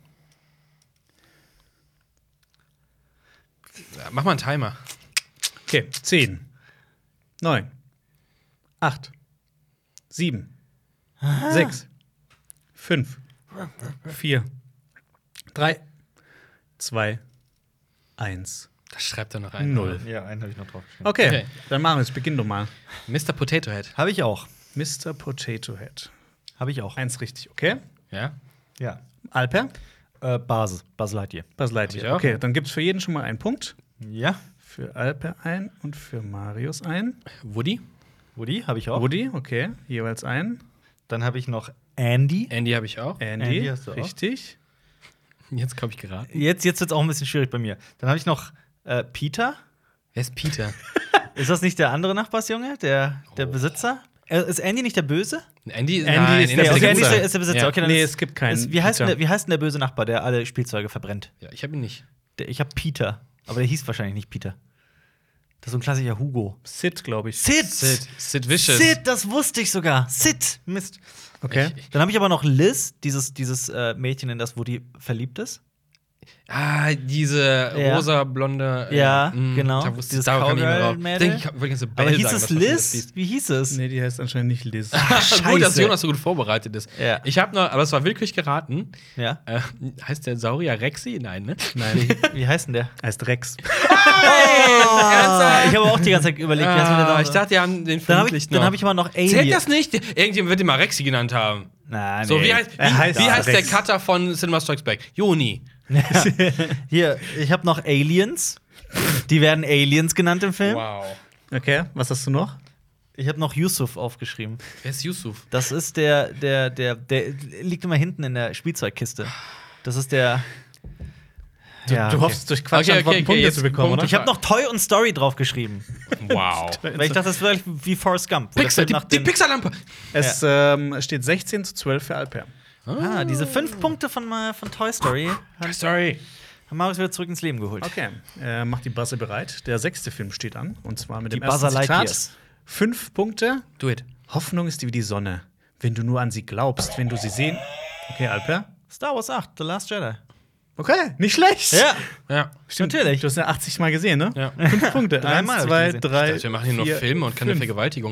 Ja, mach mal einen Timer. Okay, zehn, neun, acht, sieben, sechs, fünf, vier, drei, zwei, eins, Das schreibt er noch rein. null. Ja, einen habe ich noch drauf geschrieben. Okay, Okay. dann machen wir es. Beginn doch mal. Mister Potato Head. Habe ich auch. Mister Potato Head. Habe ich auch. Eins richtig, okay? Ja? Ja. Alper? Äh, Buzz. Buzz Lightyear. Buzz Hab ich Lightyear. auch. Okay, dann gibt es für jeden schon mal einen Punkt. Ja. Für Alper ein und für Marius ein. Woody? Woody habe ich auch. Woody, okay, jeweils ein. Dann habe ich noch Andy. Andy habe ich auch. Andy, Andy hast du auch. richtig. Jetzt komme ich geraten. Jetzt, jetzt wird es auch ein bisschen schwierig bei mir. Dann habe ich noch äh, Peter. Wer ist Peter? Ist das nicht der andere Nachbarsjunge, der, der Oh. Besitzer? Äh, ist Andy nicht der Böse? Andy, Andy nein, ist Andy der Nee, okay, Besitzer. Andy ist der, ist der Besitzer. Ja. Okay, dann Nee, ist, es gibt keinen ist, wie, heißt denn Peter. der, wie heißt denn der böse Nachbar, der alle Spielzeuge verbrennt? Ja, ich habe ihn nicht. Der, ich habe Peter. Aber der hieß wahrscheinlich nicht Peter. Das ist so ein klassischer Hugo. Sid, glaube ich. Sid! Sid. Sid Vicious. Sid, das wusste ich sogar. Sid! Mist. Okay. Ich- Dann habe ich aber noch Liz, dieses, dieses äh, Mädchen, in das Woody verliebt ist. Ah, diese Ja. rosa blonde. Ja, mm, genau. Da wusste Dieses da kam ich nicht mehr drauf. Cowgirl-Mädel. Denk, ich wollte jetzt so Aber Belle hieß sagen, es was passiert Liz? ist. Wie hieß es? Nee, die heißt anscheinend nicht Liz. Gut, dass Jonas so gut vorbereitet ist. Ja. Ich habe noch, aber es war willkürlich geraten. Ja. Äh, heißt der Saurier Rexy? Nein, ne? Nein, Wie heißt denn der? heißt Rex. Ah, ich habe auch die ganze Zeit überlegt, wie heißt denn der Ah, noch? ich dachte, die haben den Dann habe ich, Flutlicht dann noch. hab ich immer noch Alien. Zählt das nicht? Irgendjemand wird ihn mal Rexy genannt haben. Na, nee. So, wie heißt, wie, Er heißt wie heißt der Rex. Cutter von Cinema Strikes Back? Joni. Hier, ich habe noch Aliens. Die werden Aliens genannt im Film. Wow. Okay, was hast du noch? Ich habe noch Yusuf aufgeschrieben. Wer ist Yusuf? Das ist der, der, der, der liegt immer hinten in der Spielzeugkiste. Das ist der. Du, Ja, du okay. hoffst, durch Quatsch Okay, okay, okay, Punkte jetzt zu bekommen, Punkte. oder? Ich habe noch Toy und Story draufgeschrieben. Wow. Weil ich dachte, das wäre wie Forrest Gump. wo der Pixar, Film die, nach die den- Pixar-Lampe. Es ähm, steht sechzehn zu zwölf für Alper. Ah, diese fünf Punkte von, äh, von Toy Story Toy Story. haben Marius wieder zurück ins Leben geholt. Okay, äh, macht die Buzzer bereit. Der sechste Film steht an. Und zwar mit Die dem ersten Buzzer Zitat. Lightyears. Fünf Punkte. Do it. Hoffnung ist wie die Sonne. Wenn du nur an sie glaubst, wenn du sie sehen. Okay, Alper. Star Wars acht, The Last Jedi. Okay, nicht schlecht. Ja, Ja. Stimmt. natürlich. Du hast ja achtzig Mal gesehen, ne? Ja. Fünf Punkte. Dreimal Eins, hab ich zwei, gesehen. drei. Also wir machen hier nur vier, Filme und keine fünf. Vergewaltigung.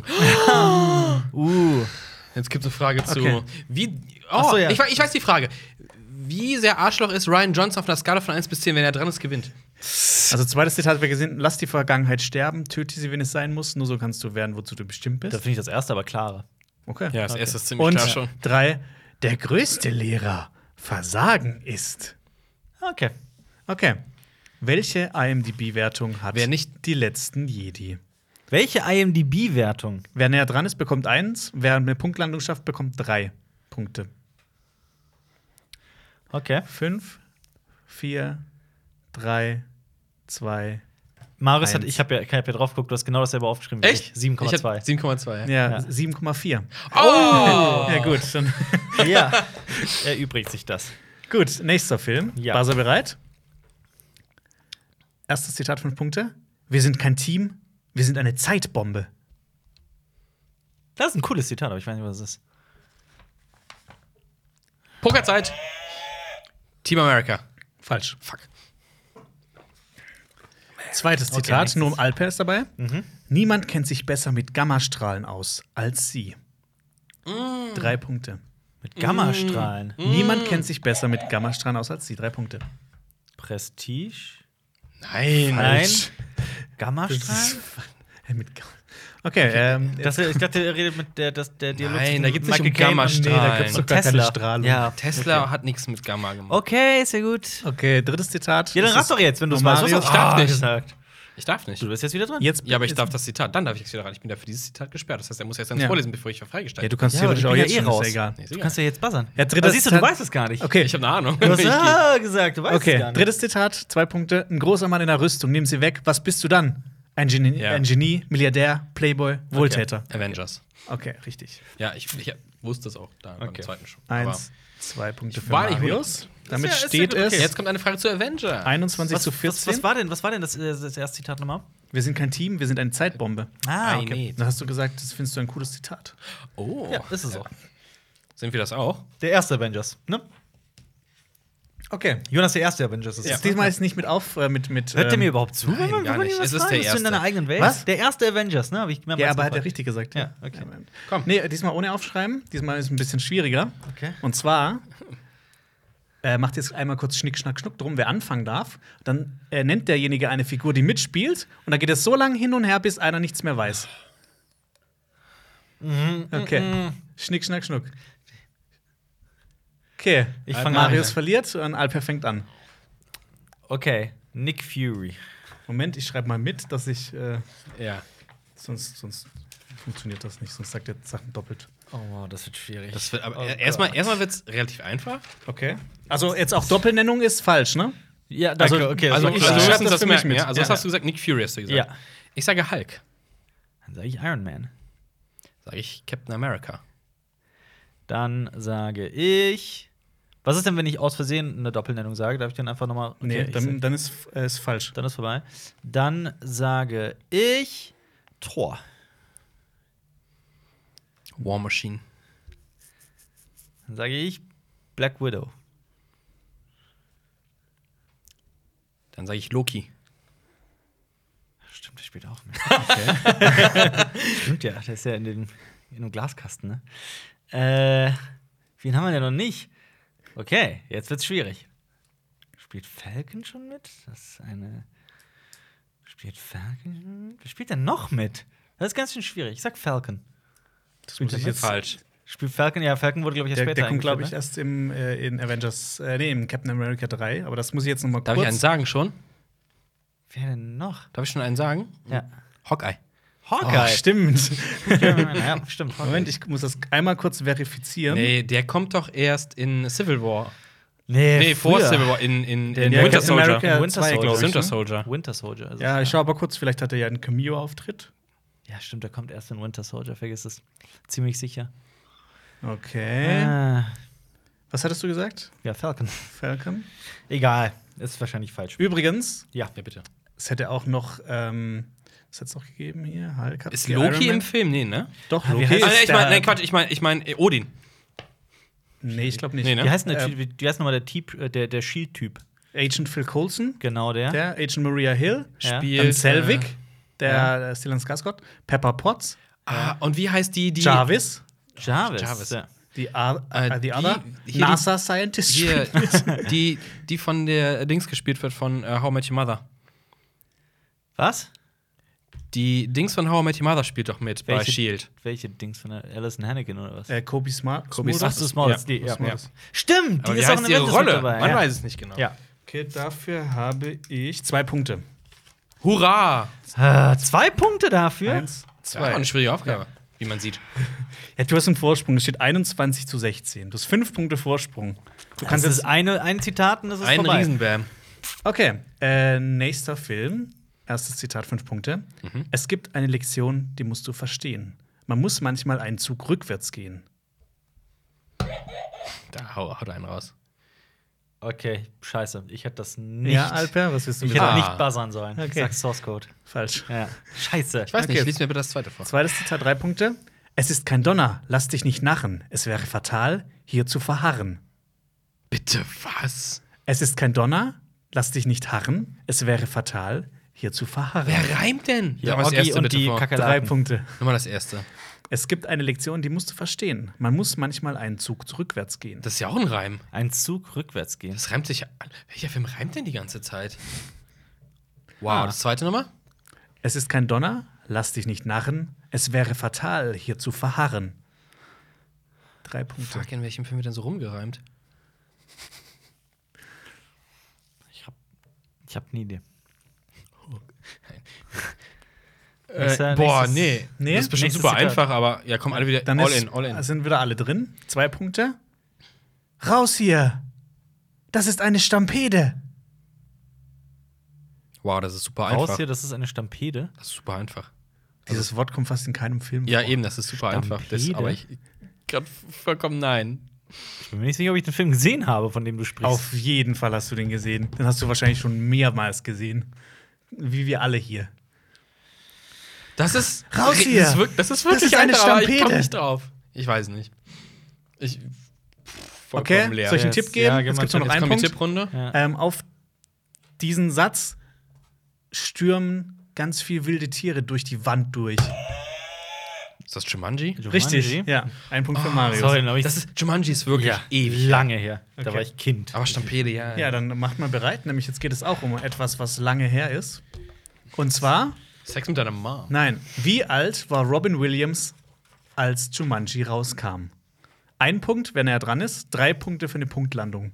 Uh. Jetzt gibt es eine Frage zu. Okay. Wie. Oh, Ach so, ja. ich, wei- ich weiß die Frage. Wie sehr Arschloch ist Ryan Johnson auf einer Skala von eins bis zehn, wenn er dran ist, gewinnt? Also, zweites Zitat wir gesehen: Lass die Vergangenheit sterben, töte sie, wenn es sein muss. Nur so kannst du werden, wozu du bestimmt bist. Das finde ich das erste, aber klarer. Okay. Ja, das Okay. erste ist ziemlich Und klar schon. drei, der größte Lehrer, Versagen ist. Okay. Okay. Welche I M D B-Wertung hat Wer nicht- die letzten Jedi? Welche I M D B-Wertung? Wer näher dran ist, bekommt eins. Wer eine Punktlandung schafft, bekommt drei Punkte. Okay. Fünf, vier, drei, zwei. Marius hat, Eins. ich habe ja, ich hab ja drauf geguckt, du hast genau dasselbe aufgeschrieben wie Echt? ich. sieben Komma zwei. sieben Komma zwei. Ja, Ja. sieben Komma vier. Oh! Ja, gut. Dann Ja, erübrigt sich das. gut, nächster Film. Ja. War er bereit? Erstes Zitat, fünf Punkte. Wir sind kein Team, wir sind eine Zeitbombe. Das ist ein cooles Zitat, aber ich weiß nicht, was es ist. Pokerzeit. Team America. Falsch. Fuck. Zweites Okay, Zitat, nächstes. nur um Alper ist dabei. Mhm. Niemand kennt sich besser mit Gammastrahlen aus als sie. Drei Punkte. Mit Gammastrahlen. Niemand kennt sich besser mit Gammastrahlen aus als sie. Drei Punkte. Prestige. Nein. Nein. Gammastrahlen? Äh, mit Gamma- Okay, ähm, Das, ich dachte, er redet mit der, das, der Dialog. Nein, zwischen da geht's nicht um Michael Caine und- Gammastrahlen. Nee, da gibt's doch und gar keine Tesla. Strahlung. Ja, Tesla okay. hat nichts mit Gamma gemacht. Okay, sehr gut. okay, drittes Zitat. Ja, dann Das rat ist doch jetzt, wenn du es nur weißt. Du hast Marius. doch Ich darf Ah nicht. gesagt. Ich darf nicht. Du bist jetzt wieder dran. Jetzt, Ja, aber ich jetzt- darf das Zitat. Dann darf ich jetzt wieder rein. Ich bin ja für dieses Zitat gesperrt. Das heißt, er muss jetzt dann Ja. vorlesen, bevor ich Ja, freigestellt du kannst Ja, aber theoretisch ich auch bin ja jetzt eh schon, raus. ist ja egal. Nee, ist Du egal. kannst ja jetzt buzzern. Ja, drittes Aber siehst du, du Zitat- weißt es gar nicht. Okay, Ich habe eine Ahnung. Du hast Ich- ah gesagt, du weißt es okay. gar nicht. Drittes Zitat, zwei Punkte. Ein großer Mann in der Rüstung, nehmen Sie weg. Was bist du dann? Ein Genie, Ja. ein Genie Milliardär, Playboy, Wohltäter. Avengers. Okay, richtig. Ja, ich, ich wusste es auch da beim Okay. zweiten schon. Eins, zwei Punkte für war nicht Marius. Damit ist ja- ist steht ja gut, okay. es Jetzt kommt eine Frage zu Avenger. einundzwanzig was, zu was, vierzehn. was war denn, was war denn das, äh, das erste Zitat nochmal? Wir sind kein Team, wir sind eine Zeitbombe. Ah, I okay. need. Dann hast du gesagt, das findest du ein cooles Zitat. Oh. Ja, ist es auch. Sind wir das auch? Der erste Avengers, ne? Okay. Jonas, der erste Avengers ist Ja. es. Diesmal ist nicht mit auf, äh, mit, mit Hört ihr ähm, mir überhaupt zu? nein, wenn man- gar wenn man nicht. ihn was Es ist fragt? der Bist du in deiner erste. eigenen Welt? Was? Der erste Avengers, ne? Hab ich mehrmals Ja, aber hat er gefragt. richtig gesagt. Ja, okay. Komm. Nee, diesmal ohne aufschreiben. Diesmal ist es ein bisschen schwieriger. Okay. Und zwar äh, macht jetzt einmal kurz Schnick, Schnack, Schnuck drum, wer anfangen darf. Dann äh, nennt derjenige eine Figur, die mitspielt. Und dann geht es so lange hin und her, bis einer nichts mehr weiß. Okay. Schnick, Schnack, Schnuck. Okay. Ich Äh, fang Marius an. verliert und Alper fängt an. Okay, Nick Fury. Moment, ich schreibe mal mit, dass ich. Äh, Ja. sonst, sonst funktioniert das nicht, sonst sagt er Sachen doppelt. Oh, wow, das wird schwierig. Das wird, aber Oh erstmal Gott. erstmal wird es relativ einfach. Okay. Also jetzt auch Doppelnennung ist falsch, ne? ja, danke, Also- okay. Also, das ich war also klar. wir schreib müssen das das für mich merken, mit. ja? Also, was Ja. hast du gesagt? Nick Fury hast du gesagt. Ja. Ich sage Hulk. Dann sage ich Iron Man. Sage ich Captain America. Dann sage ich. Was ist denn, wenn ich aus Versehen eine Doppelnennung sage? Darf ich den einfach nochmal. Okay, Nee, ich dann, sag- dann ist äh, ist falsch. dann ist vorbei. Dann sage ich Thor. War Machine. Dann sage ich Black Widow. Dann sage ich Loki. Stimmt, der spielt auch mit. Stimmt ja, der ist ja in, den, in einem Glaskasten, ne? Äh, wen haben wir denn noch nicht? Okay, jetzt wird's schwierig. Spielt Falcon schon mit? Das ist eine. Spielt Falcon schon mit? Wer spielt denn noch mit? Das ist ganz schön schwierig. Ich sag Falcon. Das muss ich jetzt Falsch. Spielt Falcon? Ja, Falcon wurde, glaube ich, erst Der, später der kommt, glaube ich, eingeführt, erst im, äh, in Avengers, äh, nee, in Captain America drei. Aber das muss ich jetzt noch mal Darf kurz. ich einen sagen schon? ne? Wer denn noch? Darf ich schon einen sagen? Ja. Hawkeye. Oh, Hawkeye. stimmt. ja, stimmt. Hawkeye. Moment, ich muss das einmal kurz verifizieren. Nee, der kommt doch erst in Civil War. Nee, Nee, vor früher. Civil War. In, in, Der- in der Winter Captain Soldier. America Winter zwei, Soldier. glaube ich. Winter Ne? Soldier. Winter Soldier. Also Ja, ich schaue aber kurz, vielleicht hat er ja einen Cameo-Auftritt. Ja, stimmt, der kommt erst in Winter Soldier, vergiss es. Ziemlich sicher. Okay. Ah, Was hattest du gesagt? ja, Falcon. Falcon? Egal, ist wahrscheinlich falsch. Übrigens, Ja. Ja, bitte. es hätte auch noch, ähm, was hätte es noch gegeben hier? Hulk hat Ist die Iron Loki Man. im Film? Nee, ne? Doch, Ah, wie Loki heißt Ah, ist nee, ich meine, der- nee, Quatsch, ich meine, ich mein, äh, Odin. Nee, ich glaube nicht. Nee, ne? Wie heißt denn der, Ähm, Typ- wie heißt nochmal der Typ, äh, der, der Shield-Typ? Agent Phil Coulson, Genau der. der Agent Maria Hill, Ja. Spielt, dann Selvig, äh, der ja. der Stellan Skarsgård, Pepper Potts, Ah, und wie heißt die, die. Jarvis, Jarvis. Jarvis. Ja. die, Ar Äh, äh, die die- other, hier NASA Scientist. Hier, spielt mit. die, die von der Dings gespielt wird, von äh, How I Met Your Mother. Was? Die Dings von How I Met Your Mother spielt doch mit bei Welche- Shield. Welche Dings von der Alison Hannigan oder was? Äh, Kobe Smart. Kobe Smulders? Ach, das ist Smallest, die, ja. Smulders. Stimmt, die Aber wie ist auch in heißt der ihre Rolle Rolle? dabei. Man ja. weiß es nicht genau. Ja. Okay, dafür habe ich zwei Punkte. Hurra! Äh, zwei Punkte dafür. Eins, Ja, zwei. eine schwierige Aufgabe, wie man sieht. Ja, du hast einen Vorsprung. Es steht einundzwanzig zu sechzehn. Du hast fünf Punkte Vorsprung. Du Du kannst kannst jetzt. jetzt eine, ein Zitat und das ist Ein vorbei. Riesenbam. Okay, äh, nächster Film. Erstes Zitat, fünf Punkte. Mhm. Es gibt eine Lektion, die musst du verstehen. Man muss manchmal einen Zug rückwärts gehen. Da hau- haut einen raus. Okay, scheiße. Ich hätte das nicht. Ja, Alper, was willst du ich mir hätte sagen? Ah. nicht buzzern sollen. Ich Okay. sag Source Code. Falsch. Ja. Scheiße. Ich weiß Okay. nicht, lies mir bitte das zweite vor. Zweites Zitat, drei Punkte. Es ist kein Donner, lass dich nicht narren. Es wäre fatal, hier zu verharren. Bitte was? Es ist kein Donner, lass dich nicht harren. Es wäre fatal, hier zu verharren. Wer reimt denn? Ja, Sag mal das Oggi erste und bitte die vor. Kakerlaken. Drei Punkte. Nochmal das erste. Es gibt eine Lektion, die musst du verstehen. Man muss manchmal einen Zug rückwärts gehen. Das ist ja auch ein Reim. Ein Zug rückwärts gehen. Das reimt sich an. Welcher Film reimt denn die ganze Zeit? Wow, Ah. das zweite Nummer? Es ist kein Donner, lass dich nicht narren. Es wäre fatal, hier zu verharren. Drei Punkte. Fuck, in welchem Film wird denn so rumgereimt? Ich hab, ich hab nie Idee. Äh, Nächster- boah, nächstes- nee. Nee? Das ist bestimmt Nächstes super Zitat. einfach, aber ja, komm, alle wieder Dann all ist, in, all in. sind wieder alle drin. Zwei Punkte. Raus hier! Das ist eine Stampede. Wow, das ist super Raus einfach. hier, das ist eine Stampede. Das ist super einfach. Dieses Wort kommt fast in keinem Film Ja, vor. eben, das ist super einfach. Das, Stampede? aber ich gerade vollkommen nein. Ich bin mir nicht sicher, ob ich den Film gesehen habe, von dem du sprichst. Auf jeden Fall hast du den gesehen. Den hast du wahrscheinlich schon mehrmals gesehen. Wie wir alle hier. Das ist Raus hier! Das ist, wirk- das ist wirklich ist eine einfach, aber ich Stampede. komm nicht drauf. Ich weiß nicht. Ich vollkommen Okay, leer. soll ich einen Jetzt- Tipp geben? ja, gib es mal gibt einen nur noch Jetzt einen kommt die Punkt. Tipprunde. Ja. Ähm, auf diesen Satz stürmen ganz viele wilde Tiere durch die Wand durch. Ist das Jumanji? Jumanji? Richtig, ja. Ein Punkt für Mario. Sorry, dann hab ich Das ist Jumanji ist wirklich ja, ewig. lange her. Da Okay. war ich Kind. Aber Stampede, ja. Ja, dann macht mal bereit. Nämlich jetzt geht es auch um etwas, was lange her ist. Und zwar, Sex mit deiner Mom. nein, wie alt war Robin Williams, als Jumanji rauskam? Ein Punkt, wenn er dran ist. Drei Punkte für eine Punktlandung.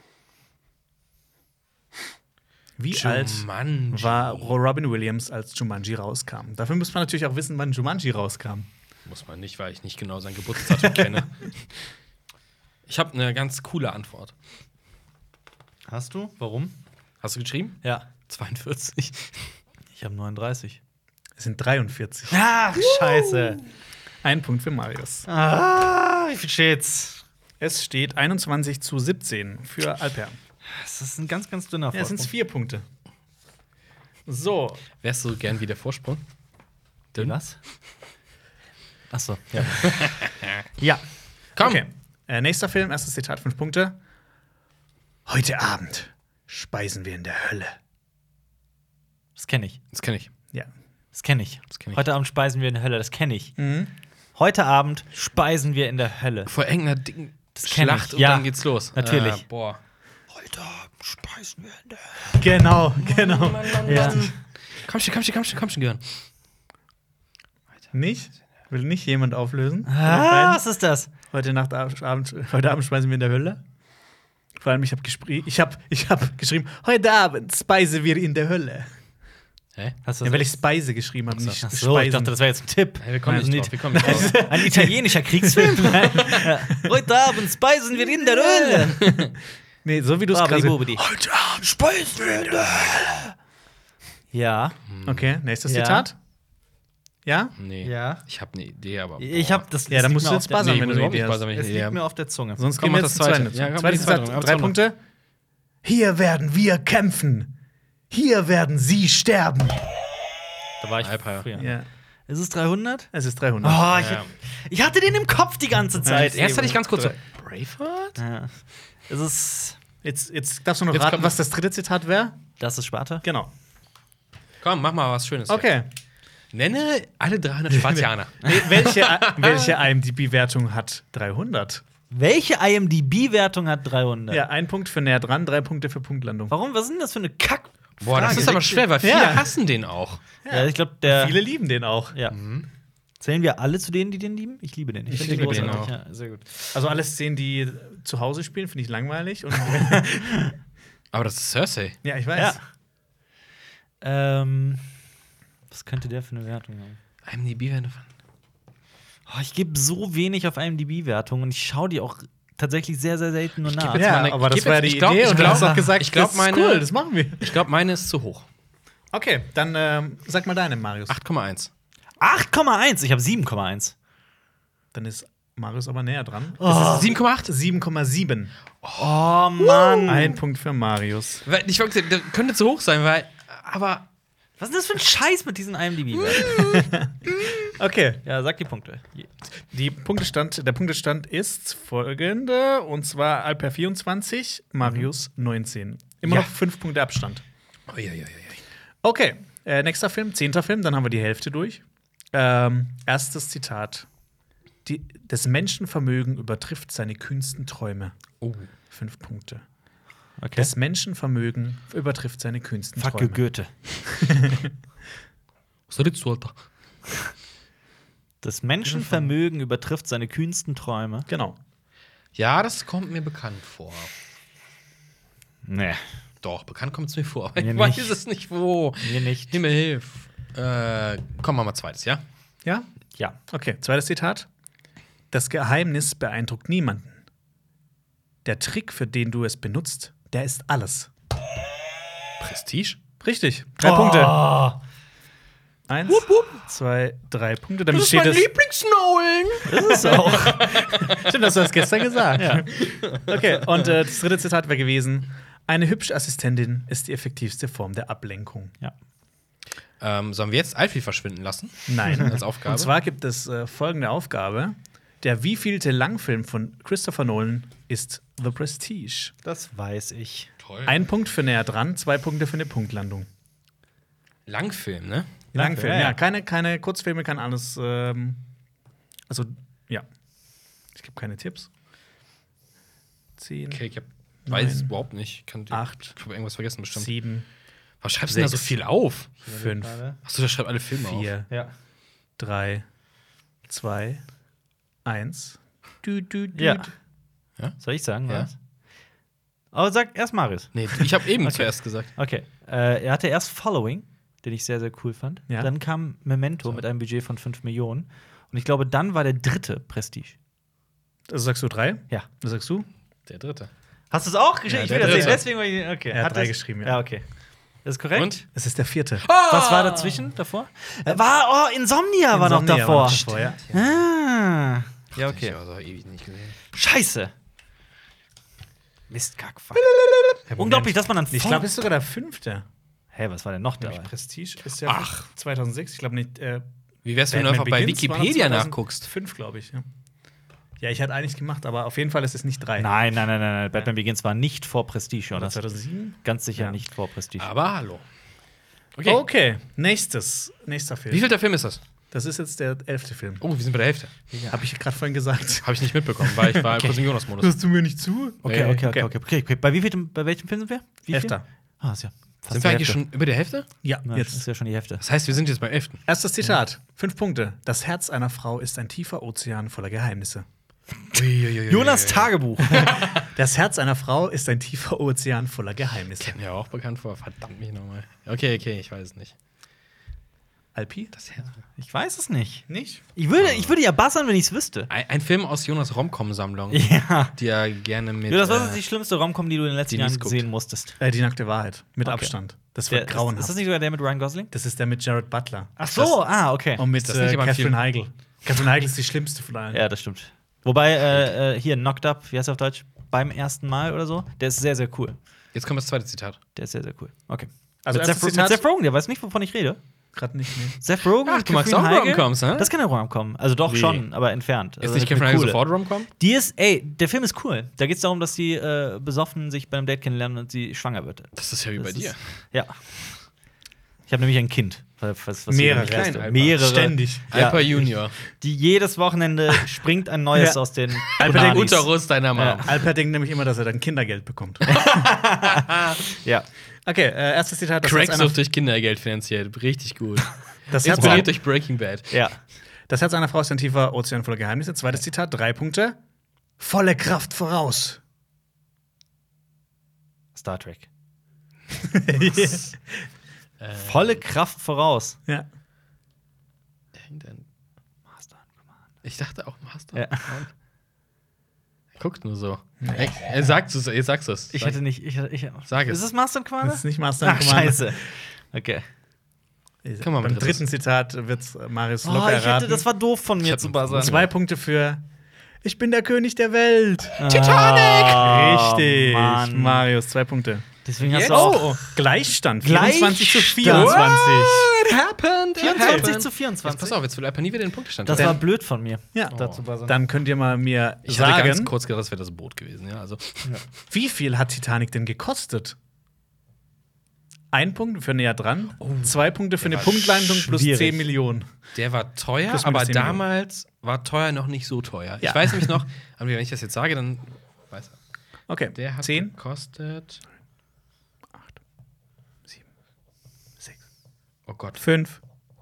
Wie alt Jumanji. war Robin Williams, als Jumanji rauskam? Dafür muss man natürlich auch wissen, wann Jumanji rauskam. Muss man nicht, weil ich nicht genau sein Geburtsdatum kenne. Ich habe eine ganz coole Antwort. Hast du? Warum? Hast du geschrieben? Ja. zweiundvierzig. Ich habe neununddreißig. Es sind dreiundvierzig. Ach, scheiße. Ein Punkt für Marius. Ah, wie viel steht's? Es steht einundzwanzig zu siebzehn für Alper. Das ist ein ganz, ganz dünner Ja, es sind Vorsprung. vier Punkte. So, Wärst du gern wie der Vorsprung? Dünn? Was? Ach so, ja. ja. Komm! okay. Äh, nächster Film, erstes Zitat, fünf Punkte. Heute Abend speisen wir in der Hölle. Das kenne ich. Das kenne ich. Ja. Das kenne ich. Das kenn ich. Heute Abend speisen wir in der Hölle. Das kenne ich. Mhm. Heute Abend speisen wir in der Hölle. Vor irgendeiner dicken kenn Schlacht ich. und Ja, dann geht's los. natürlich. Äh, boah. Heute Abend speisen wir in der Hölle. Genau, genau. Ja. Komm schon, komm schon, komm schon, komm schon, Gehirn. Nicht? Will nicht jemand auflösen? Ah, was ist das? Heute Nacht Abend, heute Abend speisen wir in der Hölle. Vor allem, ich habe ich hab, ich hab geschrieben, heute Abend speisen wir in der Hölle. Hä? Hast du Ja, das weil ich Speise geschrieben habe, nicht Ach so, ich Speisen. dachte, das wäre jetzt ein Tipp. Hey, wir kommen Nein, nicht drauf. Wir kommen nicht drauf. Ein italienischer Kriegsfilm. ja. Heute Abend speisen wir in der Hölle. Nee, so wie du es Babidi gerade. Bubidi. Heute Abend speisen wir in der Hölle. Ja. Okay, nächstes Ja. Zitat. Ja? Nee. Ja. Ich habe eine Idee, aber. Ich habe das. Ja, dann das musst liegt du mir jetzt auf der- buzzern, Nee, wenn muss du ich eine auch nicht Idee buzzern, hast. wenn ich Es eine Idee liegt habe. mir auf der Zunge. Sonst Komm, gehen wir mach jetzt das zum zweite. zweiten. Ja, komm, Zweites die zweite Zitat, Runde. drei Zweite Punkte. Hier werden wir kämpfen. Hier werden sie sterben. Da war ich Alper. früher. Ja, Ist es dreihundert? es ist dreihundert. Oh, ich, Ja. ich hatte den im Kopf die ganze Zeit. Erst hatte ich ganz kurz so. Drei. Braveheart? Ja. Ist es. Jetzt, jetzt darfst du noch Jetzt raten, kommt- was das dritte Zitat wäre. Das ist Sparta? Genau. Komm, mach mal was Schönes. Okay. Nenne alle dreihundert Spartianer. Nee, welche welche I M D B-Wertung hat dreihundert? Welche I M D B-Wertung hat dreihundert? Ja, ein Punkt für näher dran, drei Punkte für Punktlandung. Warum? Was ist denn das für eine Kack? Boah, das Frage, ist aber richtig- schwer, weil viele Ja. hassen den auch. Ja, ich glaube, der. Viele lieben den auch. Ja. Zählen wir alle zu denen, die den lieben? Ich liebe den. Ich find liebe den großartig. Ja, sehr gut. Also alle Szenen, die zu Hause spielen, finde ich langweilig. Und Aber das ist Cersei. ja, ich weiß. Ja. Ähm, was könnte der für eine Wertung haben? IMDb-Werte von. Oh, ich gebe so wenig auf IMDb-Wertungen und ich schaue die auch tatsächlich sehr, sehr selten nur nach. jetzt Ja, mal eine- aber ich das geb war ja jetzt- die ich glaub- Idee ich und du glaub- hast auch gesagt, ich glaub, das ist meine- cool, das machen wir. Ich glaube, meine ist zu hoch. Okay, dann ähm, sag mal deine, Marius. acht Komma eins. acht Komma eins, ich habe sieben Komma eins. Dann ist Marius aber näher dran. Oh. sieben Komma acht? sieben Komma sieben. Oh Mann. Ein Punkt für Marius. Weil ich wollte, das könnte zu hoch sein, weil. Aber. Was ist das für ein Scheiß mit diesen IMDb-Werten? Okay, Ja, sag die Punkte. die Punktestand, der Punktestand ist folgende: und zwar Alper vierundzwanzig, Marius neunzehn. Immer Ja. noch fünf Punkte Abstand. Uiuiui. Okay, äh, nächster Film, zehnter Film, dann haben wir die Hälfte durch. Ähm, erstes Zitat. Die, das Menschenvermögen übertrifft seine kühnsten Träume. Oh. Fünf Punkte. Okay. Das Menschenvermögen übertrifft seine kühnsten Fuck Träume. Goethe. Was redest du, Alter? Das Menschenvermögen übertrifft seine kühnsten Träume. Genau. Ja, das kommt mir bekannt vor. Nee, Doch, bekannt kommt es mir vor. Aber Mir ich weiß nicht. es nicht, wo. mir nicht. Himmel hilf. Äh, komm, machen wir zweites, ja? Ja? Ja. Okay, zweites Zitat. Das Geheimnis beeindruckt niemanden. Der Trick, für den du es benutzt, der ist alles. Prestige? Richtig. Drei Oh. Punkte. Eins, zwei, drei Punkte. Damit steht es. Lieblingsnolan! Das ist auch. Stimmt, hast du das gestern gesagt. Ja. Okay, und äh, das dritte Zitat wäre gewesen: Eine hübsche Assistentin ist die effektivste Form der Ablenkung. Ja. Ähm, sollen wir jetzt Alfie verschwinden lassen? Nein. Als Aufgabe? Und zwar gibt es äh, folgende Aufgabe: Der wievielte Langfilm von Christopher Nolan ist The Prestige? Das weiß ich. Toll. Ein Punkt für näher dran, zwei Punkte für eine Punktlandung. Langfilm, ne? Langfilm, ja, ja. ja. Keine, keine Kurzfilme, kann alles. Ähm, also, ja. Ich gebe keine Tipps. Zehn, Okay, ich hab, weiß es Neun. überhaupt nicht. Ich, kann, Acht. ich habe irgendwas vergessen bestimmt. sieben, Was schreibst du denn da so sechs. viel auf? fünf, Achso, da schreibt alle Filme auf. vier, Ja. drei, zwei, eins. Du, du, du. Ja. Ja? Soll ich sagen, Ja. was? Aber sag erst Marius. Nee, ich habe eben zuerst gesagt. Okay. Äh, er hatte erst Following, den ich sehr, sehr cool fand. Ja. Dann kam Memento mit einem Budget von fünf Millionen. Und ich glaube, dann war der dritte Prestige. Also sagst du drei? Ja. Was sagst du? Der dritte. Hast du es auch geschrieben? Ja, ich der will das sehen. dritte. Deswegen war ich, okay. Er hat drei das- geschrieben, ja. Ja, okay. Das ist korrekt. Und? Es ist der vierte. Was war dazwischen davor? Äh, war, oh, Insomnia, war noch Insomnia davor. war noch davor, ja. Ah. Ja, Ich okay. habe also ewig nicht gesehen. Scheiße. Mistkack. Fuck. Unglaublich, dass man dann Ich glaube, es ist sogar der fünfte. Hä, was war denn noch dabei? Nämlich Prestige ist ja Ach. zweitausendsechs. Ich glaube nicht. Äh, Wie wär's, wenn du Batman einfach bei Begins war noch Wikipedia zweitausendfünf, nachguckst? glaube ich. Ja. ja, ich hatte eigentlich gemacht, aber auf jeden Fall ist es nicht drei. Nein, nein, nein, nein, nein. Batman Begins war nicht vor Prestige, Oder oder? zweitausendsieben? Ganz sicher Ja. nicht vor Prestige. Aber hallo. Okay. Okay, nächstes. Nächster Film. Wie viel der Film ist das? Das ist jetzt der elfte Film. Oh, wir sind bei der Hälfte. Habe ich gerade vorhin gesagt. Habe ich nicht mitbekommen, weil ich war kurz im Jonas-Modus. Hörst du mir nicht zu? Okay, Nee. okay, okay, Okay. okay, okay, okay. Bei, wie viel, bei welchem Film sind wir? Wie viel? Elfter. Ah, ist ja fast Sind die wir eigentlich Hälfte. schon über der Hälfte? Ja, Ja, das ist jetzt. ja schon die Hälfte. Das heißt, wir sind jetzt beim elften. Erstes Zitat. Fünf Punkte. Das Herz einer Frau ist ein tiefer Ozean voller Geheimnisse. Jonas Tagebuch. Das Herz einer Frau ist ein tiefer Ozean voller Geheimnisse. Kennt mir auch bekannt vor. Verdammt mich nochmal. Okay, okay, ich weiß es nicht. Alpi? Das Herz. Ich weiß es nicht. Nicht? Ich würde, ich würde ja bassern, wenn ich es wüsste. Ein, ein Film aus Jonas Romcom-Sammlung, Ja. die er gerne mit. Jonas, was äh, ist die schlimmste Romcom, die du in den letzten die Jahren nicht guckt. sehen musstest? Äh, die nackte Wahrheit. Mit Okay. Abstand. Das wird Der, ist, grauenhaft. ist das nicht sogar der mit Ryan Gosling? Das ist der mit Jared Butler. Ach so, ah, okay. Und mit das nicht äh, aber ein Catherine Film? Heigl. Catherine Heigl ist die schlimmste von allen. Ja, das stimmt. Wobei, äh, äh, hier, Knocked Up, wie heißt er auf Deutsch? Beim ersten Mal oder so. Der ist sehr, sehr cool. Jetzt kommt das zweite Zitat. Der ist sehr, sehr cool. Okay. Also mit, erstes Seth, mit Zitat- Seth Rogen, der weiß nicht, wovon ich rede. Gerade nicht, nee. Seth Rogen, Ach, und du magst Catherine auch Heigl? Romcoms, ne? Das ist keine Romcom. Also doch Wie? schon, aber entfernt. Ist also nicht eine Catherine Heigl coole. sofort Romcom? Die ist, ey, der Film ist cool. Da geht es darum, dass sie äh, besoffen sich bei einem Date kennenlernen und sie schwanger wird. Das ist ja wie bei Das dir. ist- Ja. Ich habe nämlich ein Kind. Was, was Mehrere. ihr nicht wisst. Alper. Mehrere. Ständig. Ja. Alper Junior. Die jedes Wochenende springt ein neues Ja. aus den Alper, der Unanis. Unterrust deiner Mom. Ja. Alper denkt nämlich immer, dass er dann Kindergeld bekommt. Ja. Okay, äh, erstes Zitat. Das Herz, einer, Cracksucht durch Kindergeld finanziert. Richtig gut. das, Herz, Inspiriert durch Breaking Bad. Ja. das Herz einer Frau ist ein tiefer Ozean voller Geheimnisse. Zweites Zitat, drei Punkte. Volle Kraft voraus. Star Trek. Volle Kraft voraus. Ja. Irgendein- Master and Command. Ich dachte auch Master. Ja. Er guckt nur so. Er, er sagt es, er sagt es. Ich hätte nicht. Ich, ich, Sag es. Ist es Master and Das Commander? ist nicht Master Ach, and Command. scheiße. Okay. Komm mal mit Beim drittes. dritten Zitat wird Marius Oh, locker ich hätte, erraten. das war doof von Ich mir hab zu einen buzzern. Zwei Punkte für Ich bin der König der Welt. Titanic! Richtig. Mann. Marius, zwei Punkte. Deswegen hast Jetzt? du auch Oh, Gleichstand. Gleichstand. vierundzwanzig zu vierundzwanzig. It happened. It vierundzwanzig happened. zu Jetzt vierundzwanzig. pass auf, jetzt will Alper nie wieder den Punktestand. Das haben. war blöd von mir. Ja. Da zu buzzern. Dann könnt ihr mal mir ich hatte ganz sagen, kurz gedacht, das wäre das Boot gewesen. Ja, also. wie viel hat Titanic denn gekostet? Ein Punkt für näher dran, zwei Punkte für eine war Punktlandung plus schwierig. zehn Millionen. Der war teuer, Plus minus aber zehn Millionen. damals war teuer noch nicht so teuer. Ja. Ich weiß nämlich noch, aber wenn ich das jetzt sage, dann weiß er. Okay, Der hat zehn, gekostet. sieben, sechs, Oh Gott. fünf,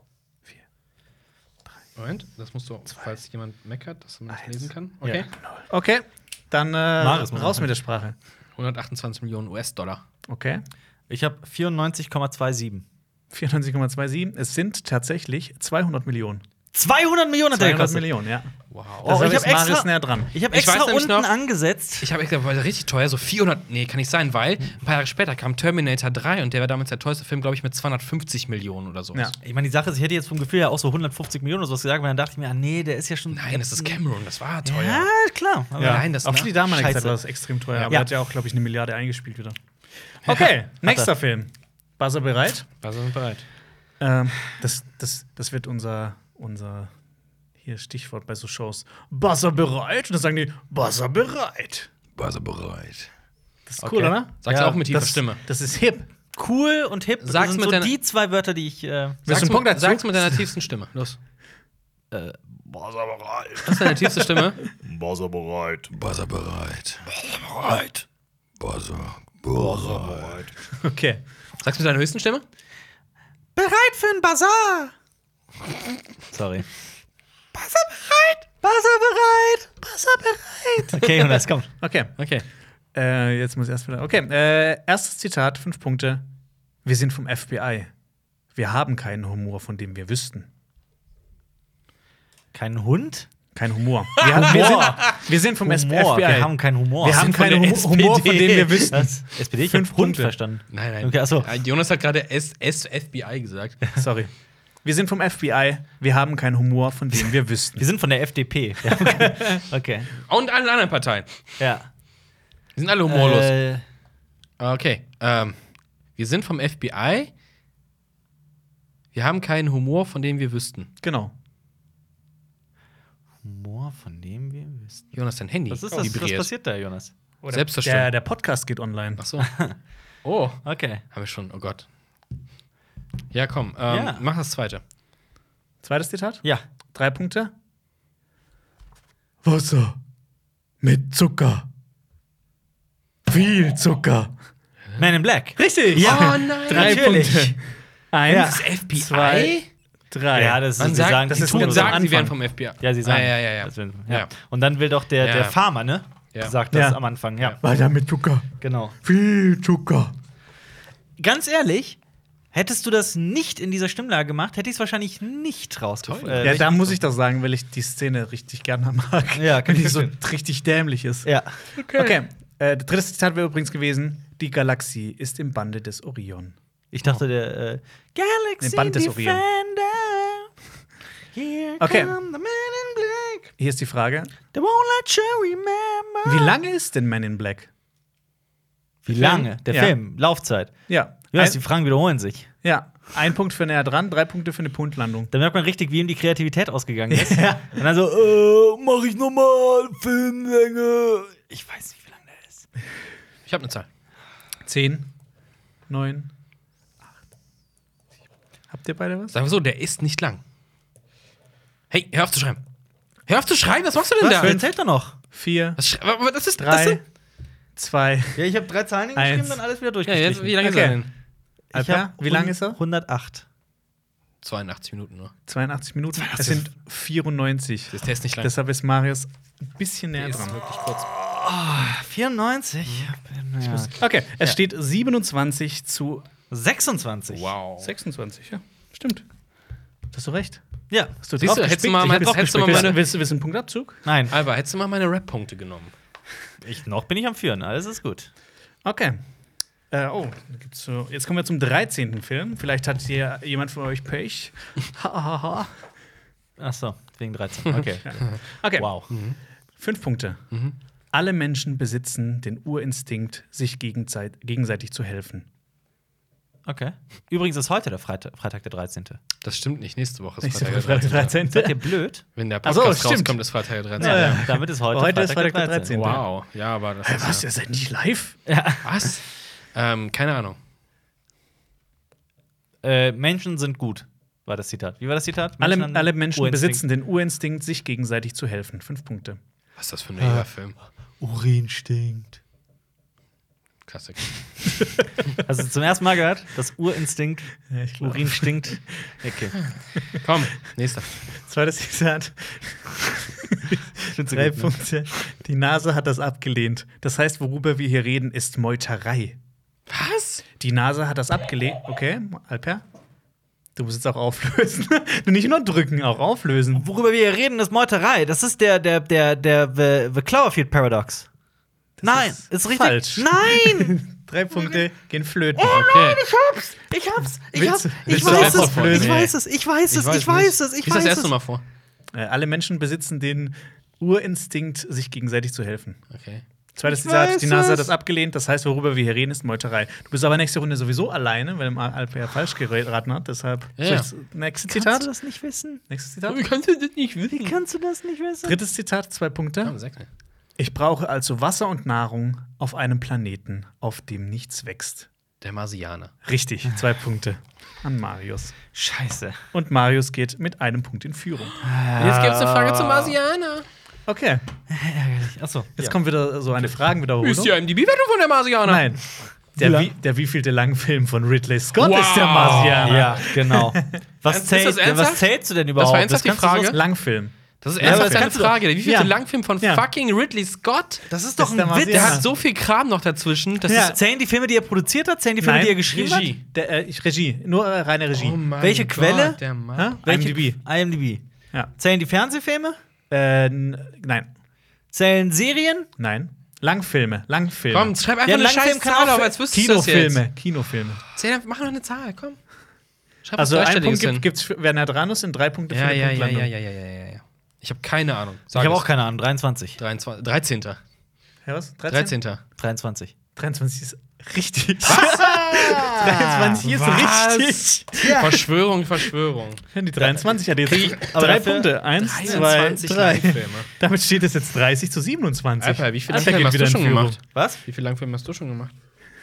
Moment, das musst du, falls jemand meckert, dass man das lesen kann. Okay. Ja. Okay, dann äh, Marius muss raus machen. mit der Sprache. hundertachtundzwanzig Millionen U S-Dollar. Okay, Ich habe vierundneunzig Komma siebenundzwanzig. vierundneunzig Komma siebenundzwanzig. Es sind tatsächlich zweihundert Millionen. zweihundert Millionen hat der zweihundert gekostet. Millionen, ja. Wow. Oh, Deshalb ich ist hab Marius extra- näher dran. Ich habe Ich extra weiß nämlich unten noch- angesetzt. Ich habe echt gedacht, war richtig teuer, so vierhundert, nee, kann nicht sein, weil ein paar Jahre später kam Terminator drei und der war damals der teuerste Film, glaube ich, mit zweihundertfünfzig Millionen oder so. Ja. Ich meine, die Sache ist, ich hätte jetzt vom Gefühl ja auch so hundertfünfzig Millionen oder sowas gesagt, aber dann dachte ich mir, ah, nee, der ist ja schon. Nein, das ist Cameron, das war teuer. Ja, klar. Aber Ja. Nein, das Auch nach- für die damalige Scheiße. Zeit war das extrem teuer. Aber Ja. er hat ja auch, glaube ich, eine Milliarde eingespielt wieder. Okay, nächster Film. Buzzer bereit? Also sind bereit. Ähm, das, das, das wird unser, unser hier Stichwort bei so Shows. Buzzer bereit? Und dann sagen die, Buzzer bereit. Buzzer bereit. Das ist cool, Okay. oder? Sag's Ja, auch mit tiefer Das, Stimme. das ist hip. Cool und hip. Sag's das sind mit so deiner- die zwei Wörter, die ich. Äh, Willst du Sag's, einen Punkt mit, dazu? sag's mit deiner tiefsten Stimme. Los. äh, Buzzer bereit. Was ist deine tiefste Stimme? Buzzer bereit. Buzzer bereit. Buzzer bereit. Buzzer bereit. Okay. Sag's mit deiner höchsten Stimme? Bereit für ein Bazar. Sorry. Buzzer bereit. Buzzer bereit. Buzzer bereit. Okay, und das kommt. Okay. Okay. Äh, jetzt muss ich erst wieder. Okay. Äh, erstes Zitat, fünf Punkte. Wir sind vom F B I. Wir haben keinen Humor, von dem wir wüssten. Kein Hund? Kein Humor. Wir, haben- wir, sind, wir sind vom Humor. F B I. Wir haben keinen Humor. Wir haben von keinen der Hu- Humor, von dem wir wüssten. Was? S P D? Ich Fünf hab Hund Punkte. verstanden. Nein, nein. Okay, achso. Ja, Jonas hat gerade S S F B I gesagt. Sorry. Wir sind vom F B I. Wir haben keinen Humor, von dem wir wüssten. Wir sind von der F D P. Wir haben kein- okay. Und allen anderen Parteien. Ja. Die sind alle humorlos. Äh, Okay. Ähm, wir sind vom F B I. Wir haben keinen Humor, von dem wir wüssten. Genau. Humor, von dem wir wissen. Jonas, dein Handy Was ist das? Was vibriert. passiert da, Jonas? Selbstzerstörung. Der, der Podcast geht online. Ach so. Oh, Okay. haben wir schon. Oh Gott. Ja, komm. Ähm, Ja. Mach das zweite. Zweites Zitat. Ja. Drei Punkte. Wasser mit Zucker. Viel Zucker. Man in Black. Richtig. Ja. Oh nein. Drei Natürlich. Punkte. Eins, Ja. Das F B I? zwei, drei. Ja, das Man sie sagt, sagen, das die ist tun ganz so. am sagen, sie Anfang. wären vom F B I. Ja, sie sagen. Ah, ja, ja, ja. Das will- Ja. ja. Und dann will doch der, Ja. der Farmer, ne? Ja. Sagt das Ja. am Anfang, ja. Weiter mit Zucker. Genau. Viel Zucker. Ganz ehrlich, hättest du das nicht in dieser Stimmlage gemacht, hätte ich es wahrscheinlich nicht rausgefunden. Toll. Äh, Ja, nicht- da muss ich doch sagen, weil ich die Szene richtig gerne mag. Ja, kann Wenn die ich so verstehen. richtig dämlich ist. Ja. Okay. Äh, drittes Zitat wäre übrigens gewesen: Die Galaxie ist im Bande des Orion. Ich dachte, der äh, Galaxy Nee, Band des Orion. Defender. Here Okay. come the Man in Black. Hier ist die Frage: They won't let you remember. Wie lange ist denn Man in Black? Wie lange? Der Ja. Film, Laufzeit. Ja. Jonas, Ein, die Fragen wiederholen sich. ja. Ein Punkt für näher dran, drei Punkte für eine Punktlandung. Da merkt man richtig, wie ihm die Kreativität ausgegangen ist. Und dann so, äh, mach ich nochmal, Filmlänge. Ich weiß nicht, wie lang der ist. Ich habe eine Zahl. Zehn, neun, Habt ihr beide was? Sagen wir so, der ist nicht lang. Hey, hör auf zu schreiben. Hör auf zu schreiben, was machst du denn Was? da? Wer zählt da noch? Vier, Was sch- aber das ist das drei, sind, zwei. Ja, ich habe drei Zahlen Eins. hingeschrieben, dann alles wieder ja, durchgestrichen. jetzt, wie lange ist Okay. er denn? Ich Alper, hab wie lang ist er? hundertacht. zweiundachtzig Minuten nur. zweiundachtzig Minuten. zweiundachtzig. Es sind vierundneunzig. Das, der ist nicht lang. Deshalb ist Marius ein bisschen näher Der ist dran. wirklich kurz. vierundneunzig. Ja. Okay, es Ja. steht siebenundzwanzig zu sechsundzwanzig. Wow. sechsundzwanzig. Ja, stimmt. Hast du recht. Ja. Hast du Siehst du, drauf hättest du gespickt? mal Ich mein- hab hättest du mal drauf meine- gespickt. willst, willst du einen Punktabzug? Nein. Alba, hättest du mal meine Rap-Punkte genommen? Ich, noch bin ich am Führen. Alles ist gut. Okay. Äh, oh, da gibt's so. Jetzt kommen wir zum dreizehnten Film. Vielleicht hat hier jemand von euch Pech. Hahaha. Ach so, wegen dreizehn. Okay. Okay. Wow. Fünf Punkte. Alle Menschen besitzen den Urinstinkt, sich gegenseit gegenseitig zu helfen. Okay. Übrigens ist heute der Freitag, Freitag der dreizehnte. Das stimmt nicht. Nächste Woche ist Nächste Freitag Woche der Freitag dreizehnte. der Seid ihr dreizehnte. blöd? Wenn der Ach so, Podcast stimmt. rauskommt, ist Freitag der dreizehnte. Ja, Ja. ja. Damit ist heute, Heute ist Freitag Freitag der der dreizehnte. dreizehnte. Wow. Ja, aber das Äh, ist was? ja Ihr seid nicht live? Was? Ähm, keine Ahnung. Äh, Menschen sind gut, war das Zitat. Wie war das Zitat? Alle, haben alle Menschen Urinstinkt. besitzen den Urinstinkt, sich gegenseitig zu helfen. Fünf Punkte. Was ist das für ein mega Film? Urinstinkt. Klassik. Hast du zum ersten Mal gehört? Das Urinstinkt. Ja, ich glaub. Urin stinkt. Okay. Komm, nächster. Zweites Zitat. Find's so Drei gut, ne? Punkte. Die NASA hat das abgelehnt. Das heißt, worüber wir hier reden, ist Meuterei. Was? Die NASA hat das abgelehnt. Okay, Alper? Du musst jetzt auch auflösen. Du nicht nur drücken, auch auflösen. Worüber wir hier reden, ist Meuterei. Das ist der, der, der, der, der The Cloverfield Paradox. Nein, ist ist, richtig. falsch. Nein! Drei Punkte gehen flöten. Okay. Ich hab's! Ich hab's! Ich Willst- hab's! Ich willst du weiß einfach es! vorlesen? Ich weiß es! Ich weiß es! Ich weiß es! Ich Lies das weiß erste es! Mal vor. Äh, alle Menschen besitzen den Urinstinkt, sich gegenseitig zu helfen. Okay. Zweites Ich Zitat, weiß die NASA hat es. das abgelehnt, das heißt, worüber wir hier reden, ist Meuterei. Du bist aber nächste Runde sowieso alleine, weil Alper ja falsch geraten hat, deshalb. Ja, Soll ja. ich's- Nächstes Kannst Zitat? du das nicht wissen? Nächstes Zitat? kannst du das nicht Wie kannst du das nicht wissen? Drittes Zitat, zwei Punkte. Ja, sag mir. Ich brauche also Wasser und Nahrung auf einem Planeten, auf dem nichts wächst. Der Marsianer. Richtig, zwei Punkte an Marius. Scheiße. Und Marius geht mit einem Punkt in Führung. Jetzt gibt's eine Frage zum Marsianer. Okay, Achso. jetzt kommt wieder so eine Fragenwiederholung. Ist die I M D B-Wertung von der Marsianer? Nein. Der, lang? wie, der wievielte Langfilm von Ridley Scott Wow. ist der Marsianer. Ja, genau. Was, Ist zählt, das ernsthaft? was zählst du denn überhaupt? war ernsthaft die kannst du Frage? so- Langfilm. Das ist Ja, aber ernsthaft das eine kannst du Frage. Der wievielte Ja. Langfilm von Ja. fucking Ridley Scott? Das ist Das doch ist der ein Witz. Der Ja. hat so viel Kram noch dazwischen. Das Ja. ist Zählen die Filme, die er produziert hat? Zählen die Filme, Nein, die er geschrieben Regie. Der, äh, ich, Regie, nur äh, reine Regie. Oh mein Welche Gott, Quelle? Der Hä? Mann. Welche? IMDb. IMDb. Ja. Zählen die Fernsehfilme? Äh, n- nein, Zählen Serien? nein. Langfilme, Langfilme. Komm, schreib einfach Ja, eine Langfilm scheiß kann Zahl auch auf, für- als wüsstest du das Kinofilme, jetzt. Kinofilme. Zähl, mach noch eine Zahl, komm. Schreib Also was ein Punkt Dreistelliges gibt, hin. gibt's, für, wer nah dran ist, sind drei Punkte für Ja, eine ja, ja, Punktlandung. ja, ja, ja, ja, ja. Ich habe keine Ahnung. Sag Ich habe es. auch keine Ahnung. dreiundzwanzig. dreiundzwanzig. dreizehnter. Ja, was? dreizehnter. dreiundzwanzig. dreiundzwanzig ist richtig. dreiundzwanzig ist Was? richtig. Verschwörung, Verschwörung. Die dreiundzwanzig hat jetzt aber drei dafür Punkte. Eins, zwei, dreiundzwanzig drei. Langfilme. Damit steht es jetzt dreißig zu siebenundzwanzig. Alper, wie viele Alper Langfilme geht hast wieder du in schon Führung. gemacht? Was? Wie viele Langfilme hast du schon gemacht?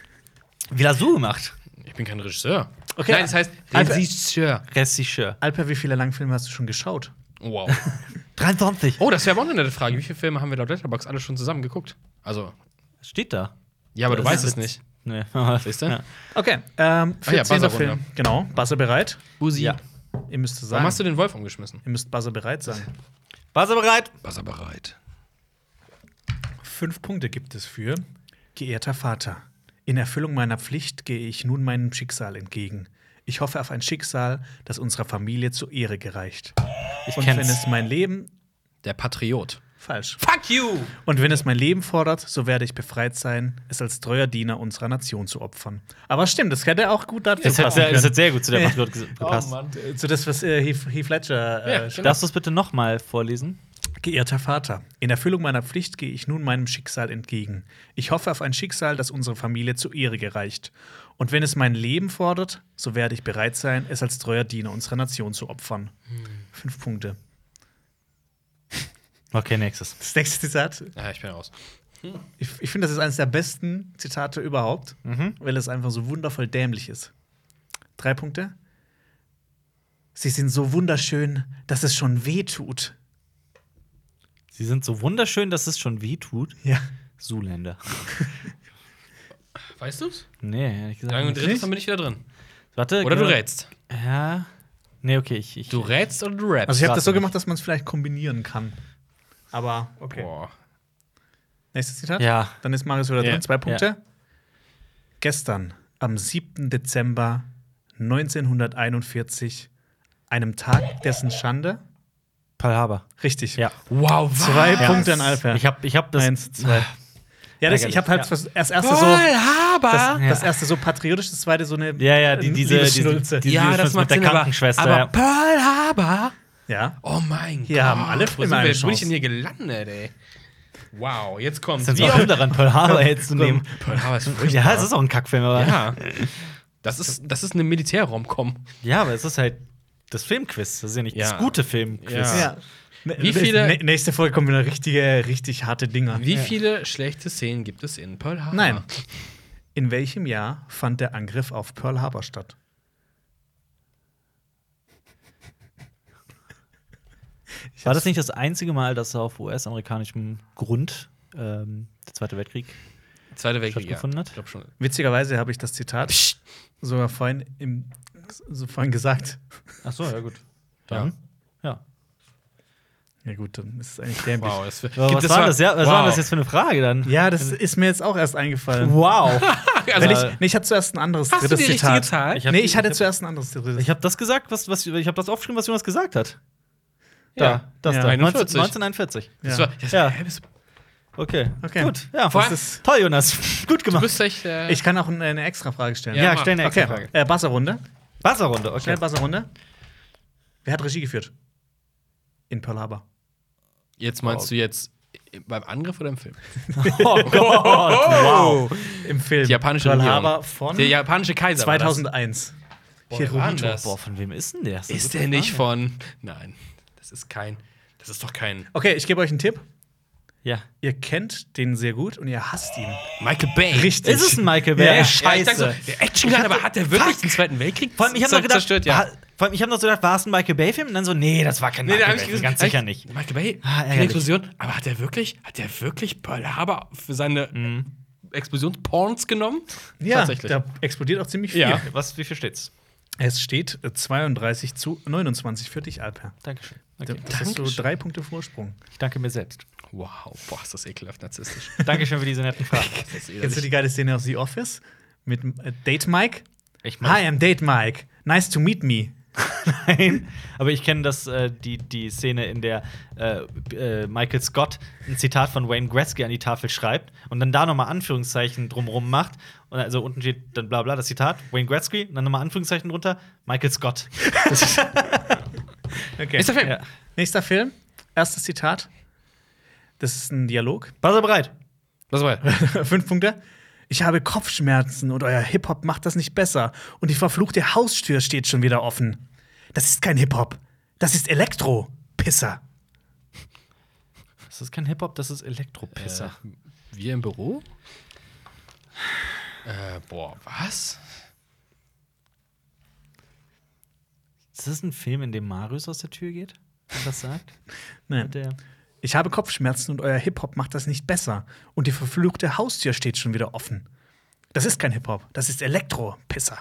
Wie hast du gemacht? Ich bin kein Regisseur. Okay. Nein, das heißt Alper- Regisseur. Regisseur. Alper, wie viele Langfilme hast du schon geschaut? Wow. dreiundzwanzig. Oh, das wäre aber auch eine nette Frage. Wie viele Filme haben wir laut Letterboxd alle schon zusammen geguckt? Also, Steht da. ja, aber du Das weißt ist es nicht. Nee. Siehst du? Ja. Okay, ähm, Ah ja, vierzehnter Buzzerrunde. Film. Genau, Buzzer bereit? Busi. Ja. Ihr müsst es Warum sagen. hast du den Wolf umgeschmissen? Ihr müsst Buzzer bereit sein. Warst du bereit? Buzzer bereit. Fünf Punkte gibt es für Geehrter Vater, in Erfüllung meiner Pflicht gehe ich nun meinem Schicksal entgegen. Ich hoffe auf ein Schicksal, das unserer Familie zur Ehre gereicht. Ich Und wenn kenn's. es mein Leben Der Patriot. falsch. Fuck you! Und wenn es mein Leben fordert, so werde ich befreit sein, es als treuer Diener unserer Nation zu opfern. Aber stimmt, das hätte auch gut dazu Es hat, passen sehr, es hat können. sehr gut zu der Ja. Patriot ges- gepasst. Mann. Zu das, was äh, Heath, Heath Ledger äh, Ja, schreibt. genau. Darfst du es bitte nochmal vorlesen? Geehrter Vater, in Erfüllung meiner Pflicht gehe ich nun meinem Schicksal entgegen. Ich hoffe auf ein Schicksal, das unserer Familie zur Ehre gereicht. Und wenn es mein Leben fordert, so werde ich bereit sein, es als treuer Diener unserer Nation zu opfern. Fünf Punkte. Okay, nächstes. Das nächste Zitat. Ja, ich bin raus. Ich, ich finde, das ist eines der besten Zitate überhaupt, Mhm. weil es einfach so wundervoll dämlich ist. Drei Punkte. Sie sind so wunderschön, dass es schon weh tut. Sie sind so wunderschön, dass es schon weh tut. Ja. Zuländer. Weißt du's? Nee, ehrlich gesagt. Sagen wir nicht. drittes, dann bin ich wieder drin. Warte. Oder du genau. rätst. Ja. Nee, okay, ich. ich Du rätst oder du rappst? Also ich habe Rate das so nicht. gemacht, dass man es vielleicht kombinieren kann. Aber okay. Boah. Nächstes Zitat? Ja. Dann ist Marius wieder Ja. drin. Zwei Punkte. Ja. Gestern, am siebten Dezember neunzehnhunderteinundvierzig, einem Tag dessen Schande. Pearl Harbor. Richtig. Ja. Wow, was? Zwei Ja. Punkte an Alper. Ich hab, ich hab das. Eins, zwei. Ja, das, ich habe halt Ja. das erste so. Pearl Harbor? Das, Ja. das erste so patriotisch, das zweite so eine Ja, ja, die, diese, diese, Liebesschnulze. diese ja, das mit macht der Sinn, aber, Krankenschwester. aber ja. Pearl Harbor? Ja. Oh mein Hier Gott. haben alle Wo Filme sind eine wir, wo bin ich Chance. denn hier gelandet, ey? Wow, jetzt kommt's. Sind Wie so oft- schlimm daran, Pearl Harbor jetzt zu nehmen. Pearl Harbor ist furchtbar. Ja, es ist auch ein Kackfilm, aber. Ja, Ja. Das ist, das ist eine Militärrom-Com. aber es ist halt das Filmquiz. Das ist ja nicht Ja. das gute Filmquiz. Ja. Ja. Wie viele- Nä- Nächste Folge kommen wieder richtige, richtig harte Dinger. Wie viele schlechte Szenen gibt es in Pearl Harbor? Nein. In welchem Jahr fand der Angriff auf Pearl Harbor statt? War das nicht das einzige Mal, dass auf U S-amerikanischem Grund ähm, der Zweite Weltkrieg Zweite Weltkrieg, ja. stattgefunden hat? Ich glaube schon. Witzigerweise habe ich das Zitat sogar vorhin, im, so vorhin gesagt. Ach so, ja, gut. Dann. Ja. Ja, gut, dann ist es eigentlich dämlich. Wow, das, Aber gibt was es war zwar- das? Ja, was wow. war das jetzt für eine Frage dann? Ja, das ist mir jetzt auch erst eingefallen. Wow. Wenn Also, ich, nee, ich hatte zuerst ein anderes hast du drittes die richtige Zitat. Zahl? Ich hab- Nee, ich hatte ich hab- zuerst ein anderes drittes. Ich habe das gesagt, was, was ich habe das aufgeschrieben, was Jonas gesagt hat. Ja. Da, das Ja. da. einundvierzig. neunzehnhunderteinundvierzig. Das Ja. war, das Ja. hä, bist- Okay. Okay. Gut. Ja, Vor das allem- ist toll, Jonas. Gut Du gemacht. bist echt. Äh, Ich kann auch eine, eine extra Frage stellen. Ja, Ja, mach. stell eine extra Okay, Frage. äh, Buzzer-Runde. Wasserrunde, okay. Schnell Buzzer-Runde. Wer hat Regie geführt? In Pearl Harbor. jetzt meinst du jetzt beim Angriff oder im Film? Oh Gott. Wow. Im Film. Die japanische Pearl Regierung. Harbor von Der japanische Kaiser. war das. zweitausendeins. Boah, wer war denn Hirohito. das? Boah, von wem ist denn der? Das eine Ist gute der nicht Frage. von. Nein, das ist kein. Das ist doch kein. Okay, ich gebe euch einen Tipp. Ja. Ihr kennt den sehr gut und ihr hasst ihn. Michael Bay. Richtig. Ist es ein Michael Bay? Ja. Ja, ich dachte so, Scheiße. der Action aber hat der wirklich den Zweiten Weltkrieg Vor allem, ich habe noch gedacht, zerstört? Ja. war, vor allem, ich habe noch so gedacht, war es ein Michael Bay-Film? Und dann so, nee, das war kein Nee, da Michael hab ich Bay, gesagt, ganz hab sicher ich- nicht. Michael Bay, Ah, keine ärgerlich. Explosion. Aber hat er wirklich, hat er wirklich Pearl Harbor für seine Mhm. Explosionsporns genommen? Ja, Tatsächlich. da explodiert auch ziemlich viel. Ja. Was, wie viel steht's? Es steht äh, zweiunddreißig zu neunundzwanzig für dich, Alper. Dankeschön. Da Okay. das hast du Dankeschön. drei Punkte Vorsprung. Ich danke mir selbst. Wow, boah, ist das ekelhaft narzisstisch. Dankeschön für diese netten Fragen. Kennst du die geile Szene aus The Office? Mit äh, Date Mike? Ich Hi, I'm Date Mike. Nice to meet me. Nein, aber ich kenne das äh, die, die Szene, in der äh, äh, Michael Scott ein Zitat von Wayne Gretzky an die Tafel schreibt und dann da nochmal Anführungszeichen drumrum macht. Und also unten steht dann bla bla das Zitat, Wayne Gretzky, und dann nochmal Anführungszeichen drunter, Michael Scott. Das ist, Okay. Ist der Film? ja. Nächster Film. Erstes Zitat. Das ist ein Dialog. War er bereit? Was war? Fünf Punkte. Ich habe Kopfschmerzen und euer Hip-Hop macht das nicht besser. Und die verfluchte Haustür steht schon wieder offen. Das ist kein Hip-Hop. Das ist Elektro. Pisser. Das ist kein Hip-Hop, das ist Elektropisser. Äh, wir im Büro? Äh, boah, was? Ist das ein Film, in dem Marius aus der Tür geht? Wenn er das sagt? Nein. Der Ich habe Kopfschmerzen und euer Hip-Hop macht das nicht besser. Und die verfluchte Haustür steht schon wieder offen. Das ist kein Hip-Hop. Das ist Elektro. Pisser.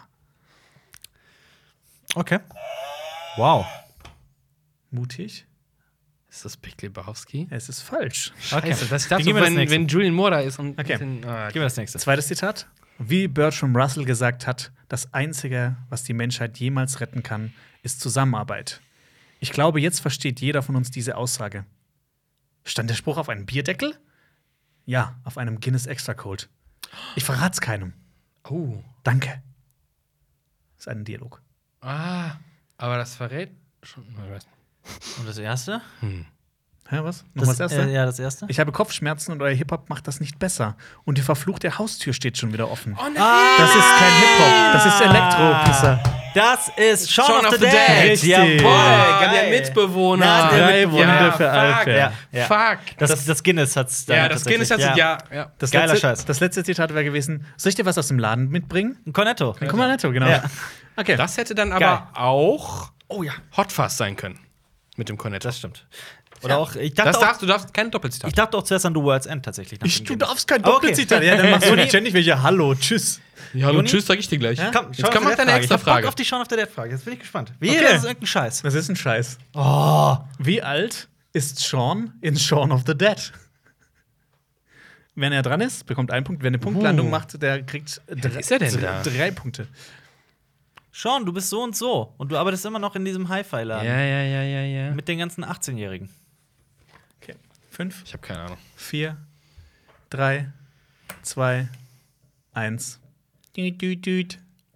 Okay. Wow. Mutig. Ist das Big Lebowski? Es ist falsch. Scheiße, das ich Dann dachte, geben so, wir das wenn, nächste. wenn Julian Moore da ist und. Okay. Den, ah, Gib mir das nächste. Zweites Zitat. Wie Bertram Russell gesagt hat, das Einzige, was die Menschheit jemals retten kann, ist Zusammenarbeit. Ich glaube, jetzt versteht jeder von uns diese Aussage. Stand der Spruch auf einem Bierdeckel? Ja, auf einem Guinness Extra Cold. Ich verrat's keinem. Oh. Danke. Das ist ein Dialog. Ah, aber das verrät schon. Ich weiß nicht. Und das erste? Hä, was? Nochmal das erste? Äh, ja, das erste. Ich habe Kopfschmerzen und euer Hip-Hop macht das nicht besser. Und die verfluchte Haustür steht schon wieder offen. Oh nein! Das ist kein Hip-Hop, das ist Elektropisser. Das ist Shaun, Shaun of, of the the Dead. Dead. Richtig. Jawohl. Boah, der Geil. Mitbewohner. Na, der Drei Mitbewohner. Wunder für fuck. Alper. Ja, ja. Fuck. Das, das, Guinness hat's dann Ja, das Guinness hat tatsächlich- ja. ja. Das Geiler letzte, Scheiß. Das letzte Zitat wäre gewesen: Soll ich dir was aus dem Laden mitbringen? Ein Cornetto. Guck mal, netto, genau. Ja. Okay. Das hätte dann aber Geil. auch Oh ja. Hot Fuzz sein können. Mit dem Cornetto. Das stimmt. Oder auch, ich dachte Das auch, darfst, du darfst kein Doppelzitat. ich dachte auch zuerst an The World's End tatsächlich. nach Ich, dem du Game. darfst kein Aber okay. Doppelzitat. Ja, dann machst du ständig welche Hallo, tschüss. ja, hallo, Juni? tschüss, sag ich dir gleich. Ja? Komm, Jetzt kommen wir auf deine extra Ich hab Bock Frage. auf die Shaun of the Dead Frage. Jetzt bin ich gespannt. Wie Okay. das ist irgendein Scheiß. Das ist ein Scheiß. Oh. Wie alt ist Sean in Shaun of the Dead? Wenn er dran ist, bekommt einen Punkt. Wer eine Punktlandung Uh. macht, der kriegt drei, ist er denn drei, da? drei Punkte. Sean, du bist so und so. Und du arbeitest immer noch in diesem Hi-Fi-Laden. Ja, ja, ja, ja, ja. Mit den ganzen achtzehnjährigen. Okay. Fünf, Ich habe keine Ahnung. vier, drei, zwei, eins. Düt, düt, düt.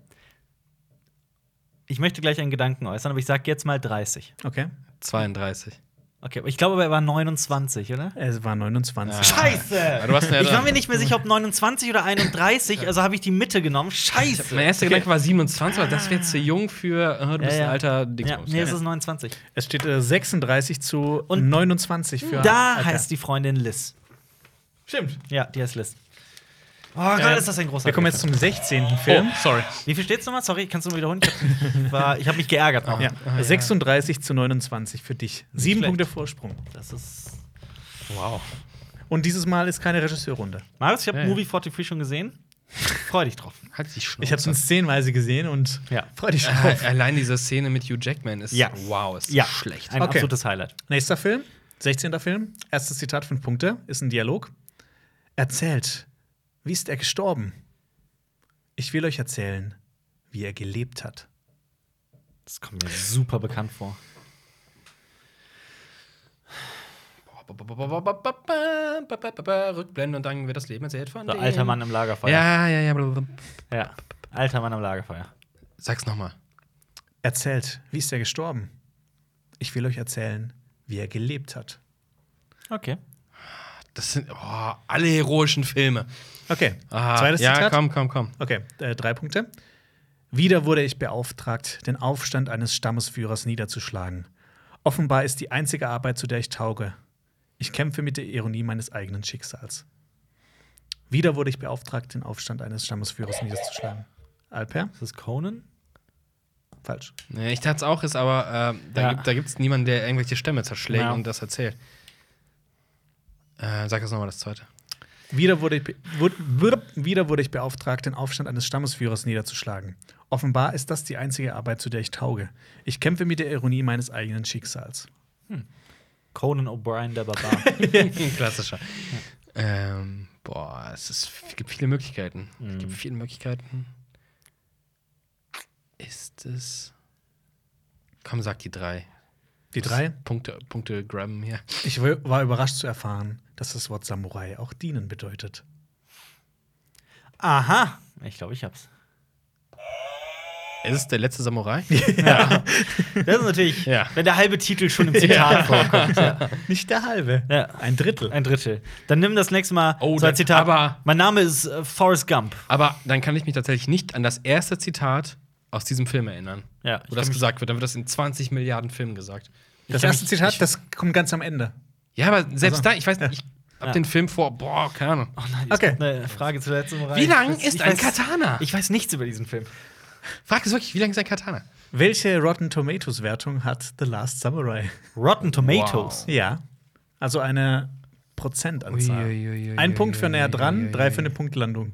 Ich möchte gleich einen Gedanken äußern, aber ich sag jetzt mal dreißig. Okay. zweiunddreißig. Okay, aber ich glaube, er war neunundzwanzig, oder? Es war neunundzwanzig. Ah. Scheiße! Ja, du warst näher Ich war dran. mir nicht mehr sicher, ob neunundzwanzig oder einunddreißig, also habe ich die Mitte genommen. Scheiße! Mein erster Gedanke war siebenundzwanzig, aber das wäre zu jung für, äh, du bist Ja, ja. ein alter Ja, Dingsbums. nee, es ist neunundzwanzig. Es steht äh, sechsunddreißig zu Und neunundzwanzig für Da Alter. heißt die Freundin Liz. Stimmt. Ja, die heißt Liz. Oh Gott, Ähm, ist das ein großer Wir kommen jetzt zum sechzehnten Film. Oh, sorry. Wie viel steht's nochmal? Sorry, kannst du mal wiederholen? Ich hab, war, ich habe mich geärgert. noch. Ja. sechsunddreißig zu neunundzwanzig für dich. Sieben schlecht. Punkte Vorsprung. Das ist. Wow. Und dieses Mal ist keine Regisseurrunde. Marius, ich habe Ja, ja. Movie vierundvierzig schon gesehen. Freu dich drauf. Halt die Schnauze. Ich habe es szeneweise gesehen und Ja. freu dich Äh, drauf. allein diese Szene mit Hugh Jackman ist Ja. wow, ist Ja, schlecht. Ein Okay. absolutes Highlight. Nächster Film, sechzehnter Film. Erstes Zitat, fünf Punkte, ist ein Dialog. Erzählt, wie ist er gestorben? Ich will euch erzählen, wie er gelebt hat. Das kommt mir super bekannt vor. Rückblende und dann wird das Leben erzählt von So, dem. alter Mann im Lagerfeuer. Ja, ja, ja. blablabla. Ja. Alter Mann im Lagerfeuer. Sag's nochmal. Erzählt, wie ist er gestorben? Ich will euch erzählen, wie er gelebt hat. Okay. Das sind oh, alle heroischen Filme. Okay, Aha. zweites ja, Zitat. komm, komm, komm. Okay, äh, drei Punkte. Wieder wurde ich beauftragt, den Aufstand eines Stammesführers niederzuschlagen. Offenbar ist die einzige Arbeit, zu der ich tauge. Ich kämpfe mit der Ironie meines eigenen Schicksals. Wieder wurde ich beauftragt, den Aufstand eines Stammesführers niederzuschlagen. Alper? Ist das Conan? Falsch. Nee, ich dachte es auch, ist aber äh, da, Ja. gibt, da gibt's niemanden, der irgendwelche Stämme zerschlägt Ja. und das erzählt. Äh, sag das nochmal das zweite. Wieder wurde, ich be wurde, wurde, wieder wurde ich beauftragt, den Aufstand eines Stammesführers niederzuschlagen. Offenbar ist das die einzige Arbeit, zu der ich tauge. Ich kämpfe mit der Ironie meines eigenen Schicksals. Conan O'Brien, der Barbar. Klassischer. Ähm, boah, es ist, es gibt viele Möglichkeiten. Es gibt viele Möglichkeiten. Ist es. Komm, sag die drei. Die drei? Punkte, Punkte grabben hier. Ich war überrascht zu erfahren, dass das Wort Samurai auch dienen bedeutet. Aha. Ich glaube, ich hab's. Ist es der letzte Samurai? Ja. Das ist natürlich, Ja. wenn der halbe Titel schon im Zitat vorkommt. Ja. Nicht der halbe. Ja. Ein Drittel. Ein Drittel. Dann nimm das nächste Mal Oh, so ein dann- Zitat. aber- mein Name ist äh, Forrest Gump. Aber dann kann ich mich tatsächlich nicht an das erste Zitat aus diesem Film erinnern. Ja, Wo das gesagt wird. Dann wird das in zwanzig Milliarden Filmen gesagt. Das kann erste mich- Zitat, ich- das kommt ganz am Ende. Ja, aber selbst Also, da, ich weiß nicht, ich hab Ja. den Film vor, boah, keine Ahnung. Oh nein, Okay. okay. Eine Frage zur letzten Reihe. Wie lang Ich ist ich ein weiß- Katana? Ich weiß nichts über diesen Film. Frag es wirklich, wie lang ist ein Katana? Welche Rotten Tomatoes Wertung hat The Last Samurai? Rotten Tomatoes. Wow. Ja. Also eine Prozentanzahl. Uiuiuiui, Ein Punkt für näher dran, uiuiui. drei für eine Punktlandung.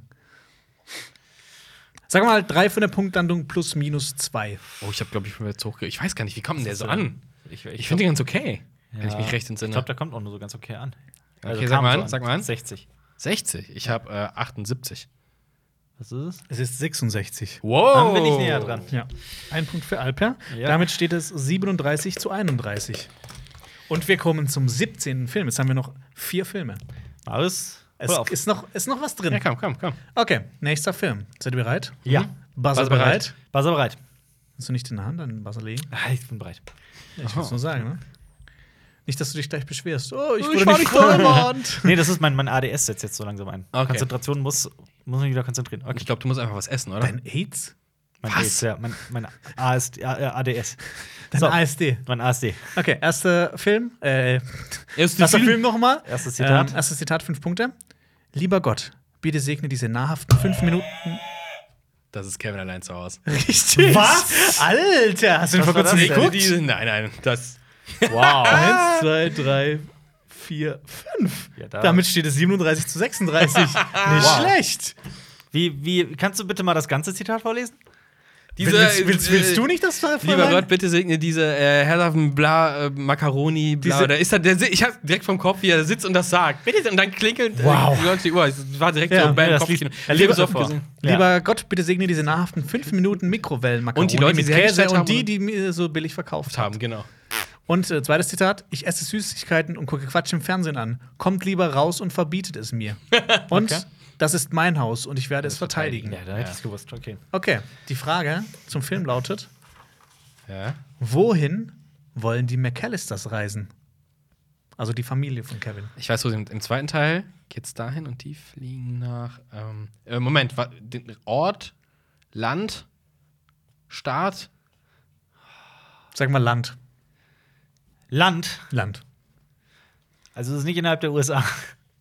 Sag mal, drei für eine Punktlandung plus minus zwei. Oh, ich habe glaube ich, schon wieder zu hoch. Ich weiß gar nicht, wie kommt denn der so an? Ich, Ich finde den ganz okay, wenn ich Ja. mich recht Ich entsinne. glaube, der kommt auch nur so ganz okay an. Also Okay, sag kam mal so an, sag mal an. sechzig. sechzig. Ich habe äh, achtundsiebzig. Was ist es? Es ist sechsundsechzig. Wow. Dann bin ich näher dran. Ja. Ein Punkt für Alper. Ja. Damit steht es siebenunddreißig zu einunddreißig. Und wir kommen zum siebzehnten Film. Jetzt haben wir noch vier Filme. Alles. Es ist noch, ist noch was drin. Ja, komm, komm, komm. Okay, nächster Film. Seid ihr bereit? Ja. Buzzer Buzzer bereit. bereit? Buzzer bereit. Hast du nicht in der Hand einen Buzzer legen? Ah, ich bin bereit. Ja, ich muss nur sagen, ne? Nicht, dass du dich gleich beschwerst. Oh, ich Oh, wurde ich war nicht nicht da. vorgewarnt. Nee, das ist mein, mein A D S setzt jetzt so langsam ein. Okay. Konzentration muss, muss mich wieder konzentrieren. Okay. Ich glaube, du musst einfach was essen, oder? Dein AIDS? Mein Was? AIDS, ja, mein, mein A S D, äh, A D S. Dein So. A S D. Mein A S D. Okay, erster Film. Äh, Erster erster Film nochmal. Erstes Zitat. Ähm, erstes Zitat, fünf Punkte. Lieber Gott, bitte segne diese nahrhaften fünf Minuten. Das ist Kevin allein zu Hause. Richtig. Was? Alter, hast du den vor war das kurzem denn? geguckt? Diese, nein, nein, das. Wow. Eins, zwei, drei, vier, fünf. Ja, da- Damit steht es siebenunddreißig zu sechsunddreißig. Nicht Wow. schlecht. Wie, wie, kannst du bitte mal das ganze Zitat vorlesen? Diese, willst, willst, willst äh, du nicht das vorlesen? Lieber Gott, bitte segne diese äh, herrhaften Bla, äh, Macaroni, Bla. Diese- Da ist er, der, si- ich hab direkt vom Kopf, wie er sitzt und das sagt. Bitte, und dann klingelt Wow. äh, die neunzig Uhr. Es war direkt Ja, so beim ja, das Kopf. liest- Ich ja, hab lieber so oft vor. gesehen. Ja. Lieber Gott, bitte segne diese nahrhaften fünf Minuten Mikrowellenmakaroni Und die Leute, die mit sie Käse hergestellt und haben, die, oder? die mir so billig verkauft haben. haben, genau. Und äh, zweites Zitat: Ich esse Süßigkeiten und gucke Quatsch im Fernsehen an. Kommt lieber raus und verbietet es mir. Und Okay. das ist mein Haus und ich werde es verteidigen. Ja, da hätte ich es gewusst. Okay. Okay, die Frage zum Film lautet: Ja. Wohin wollen die McAllisters reisen? Also die Familie von Kevin. Ich weiß, wo sie im, im zweiten Teil geht's dahin und die fliegen nach. Ähm, äh, Moment, wa, den Ort, Land, Staat. Sag mal Land. Land. Land. Also, es ist nicht innerhalb der U S A.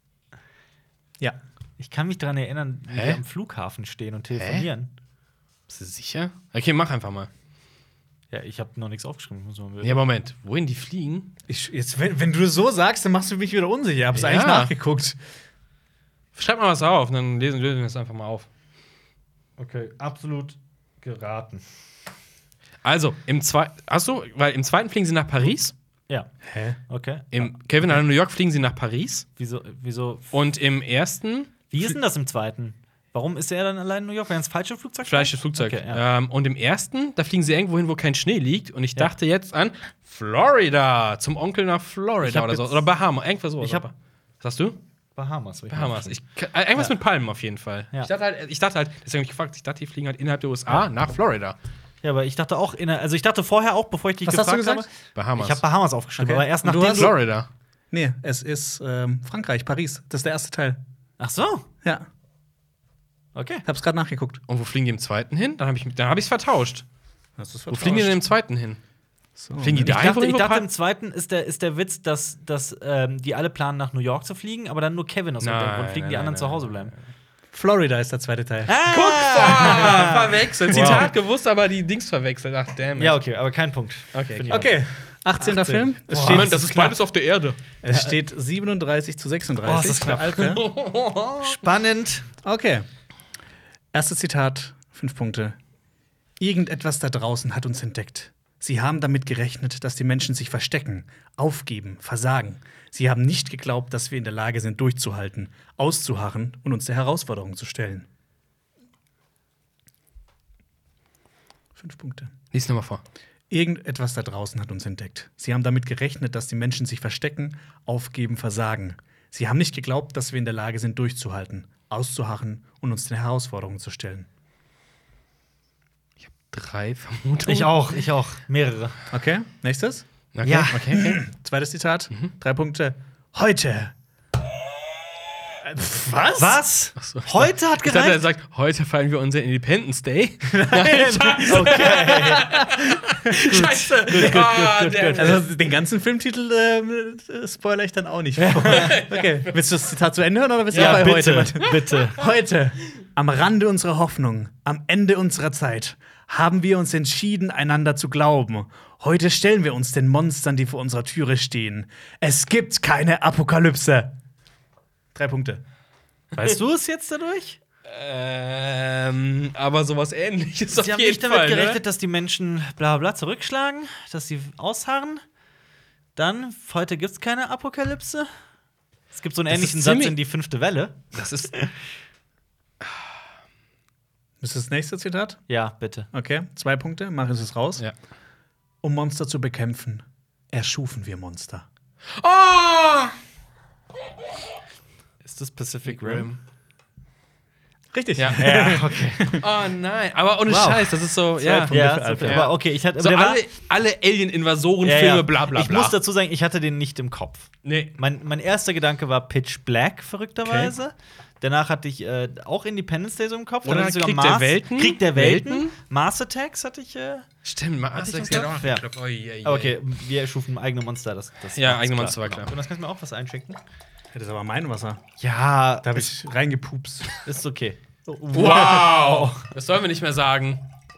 Ja. Ich kann mich daran erinnern, wie Hä? wir am Flughafen stehen und telefonieren. Bist du sicher? Okay, mach einfach mal. Ja, ich habe noch nichts aufgeschrieben. Muss man Ja, Moment. Wohin die fliegen? Ich, jetzt, wenn, wenn du so sagst, dann machst du mich wieder unsicher. Ich hab's Ja. eigentlich nachgeguckt. Schreib mal was auf, und dann lesen, lösen wir es einfach mal auf. Okay, absolut geraten. Also, im zweiten. Achso, weil im zweiten fliegen sie nach Paris. Ja, Hä? okay. Im Kevin allein in New York fliegen sie nach Paris. Wieso, wieso? Und im ersten Wie ist denn das im zweiten? Warum ist er dann allein in New York? Weil er ins falsche Flugzeug Fleisch das Flugzeug. Okay, ja. ähm, und im ersten, da fliegen sie irgendwo hin, wo kein Schnee liegt. Und ich dachte jetzt an Florida. Zum Onkel nach Ich Florida hab oder so. jetzt- Oder Bahamas. Irgendwas so. Ich hab- Was hast du? Bahamas. Bahamas. Ich, äh, irgendwas Ja. mit Palmen auf jeden Fall. Ja. Ich, dachte halt, ich dachte halt, deswegen habe ich gefragt, ich dachte, die fliegen halt innerhalb der U S A nach Florida. Ja, aber ich dachte auch, in, also ich dachte vorher auch, bevor ich dich Was hast gefragt du gesagt? habe. Bahamas. Ich habe Bahamas aufgeschrieben, Okay. aber erst Und du nachdem hast- du Florida. Nee, es ist ähm, Frankreich, Paris. Das ist der erste Teil. Ach so, Ja. okay. Ich hab's gerade nachgeguckt. Und wo fliegen die im zweiten hin? Dann habe ich dann hab ich's vertauscht. Hast du's Wo fliegen die denn im zweiten hin? So. Fliegen die Ich da dachte, irgendwo ich hin, wo dachte Pal- im zweiten ist der, ist der Witz, dass, dass ähm, die alle planen, nach New York zu fliegen, aber dann nur Kevin aus dem Nein, Grund fliegen, die nein, anderen nein, zu Hause nein, bleiben. Florida ist der zweite Teil. Ah, verwechselt. Wow. Zitat gewusst, aber die Dings verwechselt. Ach, damn it. Ja, okay, aber kein Punkt. Okay, Finde ich Okay, achtzehnter achtzehn. Film. Es Boah. steht, Moment, das ist beides auf der Erde. es steht siebenunddreißig zu sechsunddreißig. Oh, ist das knapp. Alter. auch. Spannend. Okay. Erstes Zitat, fünf Punkte. Irgendetwas da draußen hat uns entdeckt. Sie haben damit gerechnet, dass die Menschen sich verstecken, aufgeben, versagen. Sie haben nicht geglaubt, dass wir in der Lage sind, durchzuhalten, auszuharren und uns der Herausforderung zu stellen. Fünf Punkte. Lies nochmal vor. Irgendetwas da draußen hat uns entdeckt. Sie haben damit gerechnet, dass die Menschen sich verstecken, aufgeben, versagen. Sie haben nicht geglaubt, dass wir in der Lage sind, durchzuhalten, auszuharren und uns den Herausforderungen zu stellen. Drei Vermutungen. Ich auch, ich auch. Mehrere. Okay, nächstes. Okay, Ja. okay, okay. Zweites Zitat. Drei Punkte. Heute. Äh, Was? Was? Ach so. Heute hat Ich dachte, er gereicht? sagt, heute feiern wir unseren Independence Day. Okay. Scheiße. Ah, damn it. Also den ganzen Filmtitel ähm, äh, spoiler ich dann auch nicht vor. Okay, willst du das Zitat zu Ende hören oder bist du Ja, bei bitte, heute? bitte. Heute, am Rande unserer Hoffnung, am Ende unserer Zeit, haben wir uns entschieden, einander zu glauben. Heute stellen wir uns den Monstern, die vor unserer Türe stehen. Es gibt keine Apokalypse. Drei Punkte. Weißt du es jetzt dadurch? Ähm, aber sowas ähnliches auf Sie haben jeden nicht damit Fall, gerechnet, ne? dass die Menschen bla bla zurückschlagen, dass sie ausharren. Dann, heute gibt es keine Apokalypse. Es gibt so einen Das ähnlichen ist Satz ziemlich- in die fünfte Welle. Das ist Ist das nächste Zitat? Ja, bitte. Okay, zwei Punkte, mach es raus. ja. Um Monster zu bekämpfen, erschufen wir Monster. Oh! Ist das Pacific Rim? Richtig. Ja. Ja, okay. Oh nein, aber ohne Wow. Scheiß, das ist so, ja. Punkte ja, für Alfred. super. Aber okay, ich hatte. So der war- alle, alle Alien-Invasoren-Filme, Ja, ja. bla bla bla. Ich muss dazu sagen, ich hatte den nicht im Kopf. Nee. Mein, mein erster Gedanke war Pitch Black, verrückterweise. Danach hatte ich äh, auch Independence Day so im Kopf. Dann Oder hatte ich sogar Krieg der Mars- Welten? Krieg der Welten. Welten? Mars Attacks hatte ich. Äh, Stimmt, Mars Hatte ich Attacks im hat auch Kopf? noch Ja. geklappt. Oh, je, je. aber okay, wir erschufen eigene Monster. Das, das Ja, war eigene klar. Monster war klar. Und das kannst du mir auch was einschenken? Das ist aber mein Wasser. Ja, Da habe ich reingepupst. ist okay. Wow! Das sollen wir nicht mehr sagen.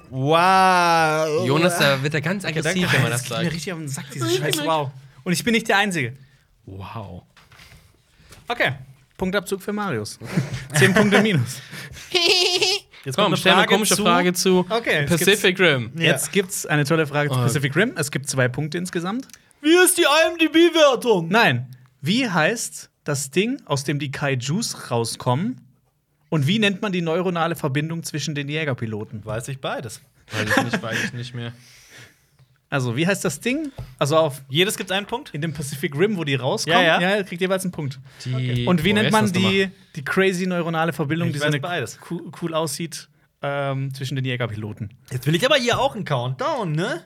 Wow. Jonas, da wird er ganz aggressiv, wenn man das geht mir sagt. richtig auf den Sack, dieses scheiß Wow. Und ich bin nicht der Einzige. Wow. Okay, Punktabzug für Marius. Zehn Punkte minus. Jetzt Komm, kommt stell eine eine komische zu. Frage zu Okay, jetzt Pacific Rim. Ja. Jetzt gibt's eine tolle Frage zu Oh. Pacific Rim. Es gibt zwei Punkte insgesamt. Wie ist die I M D B-Wertung? Nein. Wie heißt das Ding, aus dem die Kaijus rauskommen? Und wie nennt man die neuronale Verbindung zwischen den Jägerpiloten? Weiß ich beides. Weiß ich nicht, weiß ich nicht mehr. Also, wie heißt das Ding? Also auf Jedes gibt einen Punkt? in dem Pacific Rim, wo die rauskommen, Ja, ja. kriegt jeweils einen Punkt. Die, Und wie oh, nennt wer ist man das nochmal? die, die crazy neuronale Verbindung, Ich die so weiß eine beides. cool, cool aussieht ähm, zwischen den Jägerpiloten? Jetzt will ich aber hier auch einen Countdown, ne?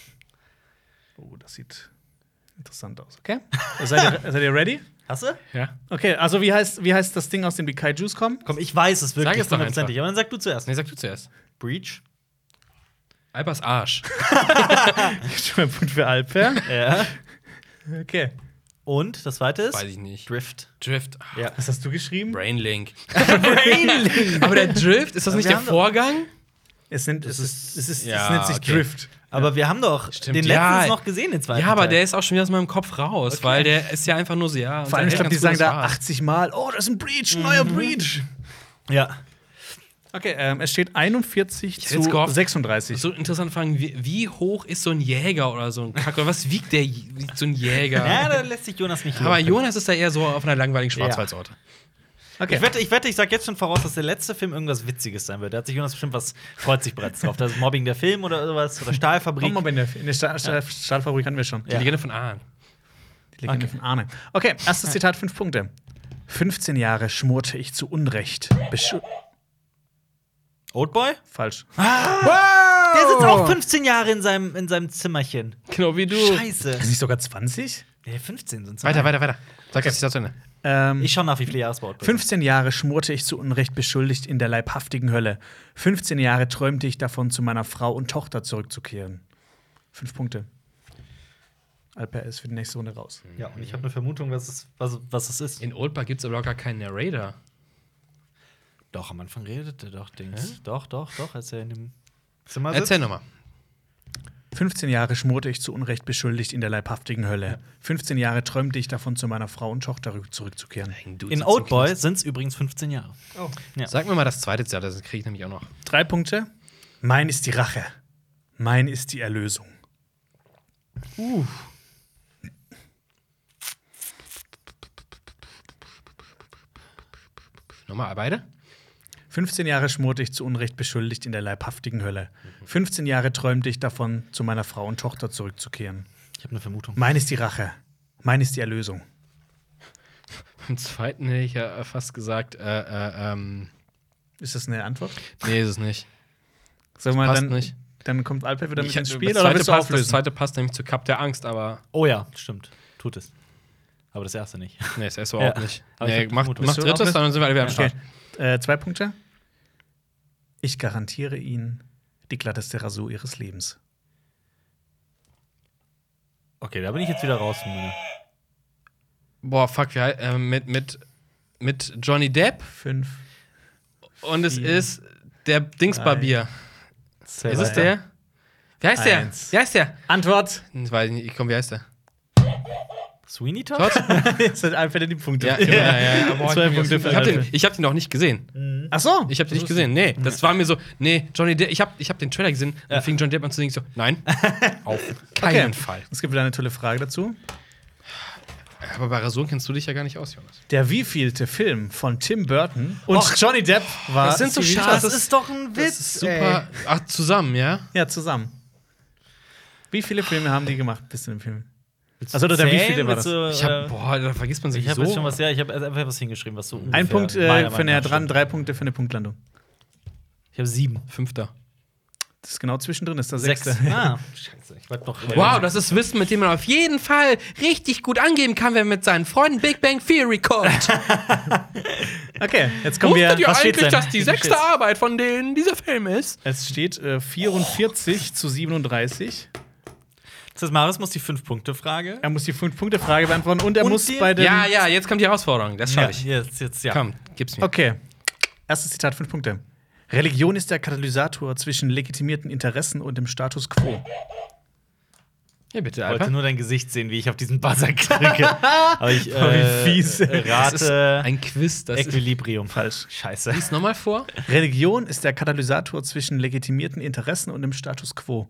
Oh, das sieht interessant aus. Okay? seid, ihr, seid ihr ready? Hast du? Ja. Okay, also wie heißt, wie heißt das Ding, aus dem die Kaijus kommen? Komm, ich weiß es wirklich Sag es doch hundertprozentig. Aber dann sag du zuerst. Nee, sag du zuerst. Breach. Albers Arsch. Schon mal ein Punkt für Alper. Ja. Okay. Und das zweite ist? Weiß ich nicht. Drift. Drift. Ach, Ja. Was hast du geschrieben? Brainlink. Aber der Drift, ist das nicht wir der haben doch- Vorgang? Es, nennt, es, ist, es, ist, Ja, es nennt sich okay. Drift. Aber wir haben doch Stimmt, den ja. letztens noch gesehen, den zweiten Ja, aber Teil. der ist auch schon wieder aus meinem Kopf raus, Okay. weil der ist ja einfach nur so, ja. Vor allem, ich glaube, die sagen da acht. achtzig Mal, oh, das ist ein Breach, ein neuer Breach. Ja. Okay, ähm, es steht einundvierzig hätte jetzt zu gehofft- sechsunddreißig. So interessant fragen, wie, wie hoch ist so ein Jäger oder so ein Kack? Oder was wiegt der wiegt so ein Jäger? Ja, da lässt sich Jonas nicht Aber locken. Jonas ist da eher so auf einer langweiligen Schwarzwaldsorte. Okay. Ich wette, ich wette, ich sag jetzt schon voraus, dass der letzte Film irgendwas Witziges sein wird. Da hat sich Jonas bestimmt was, freut sich bereits drauf. Das ist Mobbing der Film oder sowas. Oder Stahlfabrik. Komm mal, in der, in der Stahl, Stahl, Stahlfabrik hatten wir schon. Die Legende von Ahn. Die Legende von Arne. Okay, erstes Zitat, fünf Punkte. fünfzehn Jahre schmorte ich zu Unrecht. Beschu Oldboy? Falsch. Der sitzt auch fünfzehn Jahre in seinem, in seinem Zimmerchen. Genau wie du. Scheiße. Ist nicht sogar zwanzig? Nee, fünfzehn sind es. Weiter, weiter, weiter. Sag das Zitat zu Ende. Ähm, Ich schau nach, wie viele Jahre es bei Oldboy sind. fünfzehn Jahre schmorte ich zu Unrecht beschuldigt in der leibhaftigen Hölle. fünfzehn Jahre träumte ich davon, zu meiner Frau und Tochter zurückzukehren. Fünf Punkte. Alper ist für die nächste Runde raus. Ja, und ich habe eine Vermutung, was es, was, was es ist. In Oldbar gibt es aber auch gar keinen Narrator. Doch, am Anfang redet er doch, Dings. Doch, doch, doch, als er in dem Zimmer sitzt. Erzähl nochmal. fünfzehn Jahre schmorte ich zu Unrecht beschuldigt in der leibhaftigen Hölle. fünfzehn Jahre träumte ich davon, zu meiner Frau und Tochter zurückzukehren. In Oldboy sind es übrigens fünfzehn Jahre. Oh. Ja. Sag mir mal das zweite Zitat, das kriege ich nämlich auch noch. Drei Punkte. Mein ist die Rache. Mein ist die Erlösung. Uh. Nochmal beide? fünfzehn Jahre schmorte ich zu Unrecht beschuldigt in der leibhaftigen Hölle. fünfzehn Jahre träumte ich davon, zu meiner Frau und Tochter zurückzukehren. Ich habe eine Vermutung. Mein ist die Rache. Mein ist die Erlösung. Beim zweiten hätte ich ja fast gesagt, äh, äh, ähm. Ist das eine Antwort? Nee, ist es nicht. Sag mal, passt dann, nicht. dann kommt Alper wieder mit Ich, ins das, Spiel zweite oder willst du passt, das auflösen? zweite passt nämlich zu Cup der Angst, aber. Oh ja, stimmt. Tut es. Aber das erste nicht. Nee, das erste überhaupt Ja. nicht. Aber ich Nee, hab die mach, Vermutung. mach Bist du drittes, auflösen? dann sind wir alle wieder am Okay. Start. Äh, zwei Punkte. Ich garantiere Ihnen die glatteste Rasur Ihres Lebens. Okay, da bin ich jetzt wieder raus. von meiner- Boah, fuck, wie hei- äh, mit, mit, mit Johnny Depp Fünf. und es Vier. ist der Dingsbarbier. Ist es weiter. der? Wie heißt der? Eins. Wie heißt der? Antwort. Ich weiß nicht, komm, wie heißt der? Sweeney Todd? Todd? Jetzt hat Alper die Punkte. Ja, ja, ja. ja. Boah, Zwei ich, Punkte für ich hab den, Alper. ich hab den noch nicht gesehen. Ach so. Ich hab den nicht gesehen. Nee, das war mir so, nee, Johnny Depp, ich hab, ich hab den Trailer gesehen, dann fing Johnny Depp an zu singen, so, nein, auf keinen Okay. Fall. Es gibt wieder eine tolle Frage dazu. Aber bei Rasuren kennst du dich ja gar nicht aus, Jonas. Der wievielte Film von Tim Burton und Johnny Depp war das sind so Stevie schade- Jones? Das ist doch ein Witz. Das ist super. Ach, zusammen, ja? Ja, zusammen. Wie viele Filme haben die gemacht bis zu dem Film? Also, oder der wievielte war das? Ich hab, boah, da vergisst man sich Ich habe so. jetzt schon was, ja, ich habe einfach was hingeschrieben, was so ungefähr Ein Punkt meiner äh, Meinung für näher nach dran, stimmt. drei Punkte für eine Punktlandung. Ich habe sieben. Fünfter. Das ist genau zwischendrin, ist der Sechs. sechste. Ah, scheiße. Ich wollte noch. Wow, das ist Wissen, mit dem man auf jeden Fall richtig gut angeben kann, wenn man mit seinen Freunden Big Bang Theory guckt. Okay, jetzt kommen wir. Wusstet ihr Was steht's eigentlich, denn? dass die Wie sechste steht's? Arbeit von denen dieser Film ist? Es steht äh, vierundvierzig zu siebenunddreißig. Das heißt, Marius muss die Fünf-Punkte-Frage. Er muss die fünf-Punkte-Frage beantworten und er Und muss die- bei den. Ja, ja, jetzt kommt die Herausforderung. Das schaffe ich. Jetzt, jetzt, ja. Komm, gib's mir. Okay. Erstes Zitat, fünf Punkte. Religion ist der Katalysator zwischen legitimierten Interessen und dem Status quo. Ja, bitte, Ich wollte Alper. nur dein Gesicht sehen, wie ich auf diesen Buzzer klicke. Aber ich äh, wie fies. Das ist rate ein Quiz, das ist. Equilibrium. Falsch. Scheiße. Lies nochmal vor. Religion ist der Katalysator zwischen legitimierten Interessen und dem Status quo.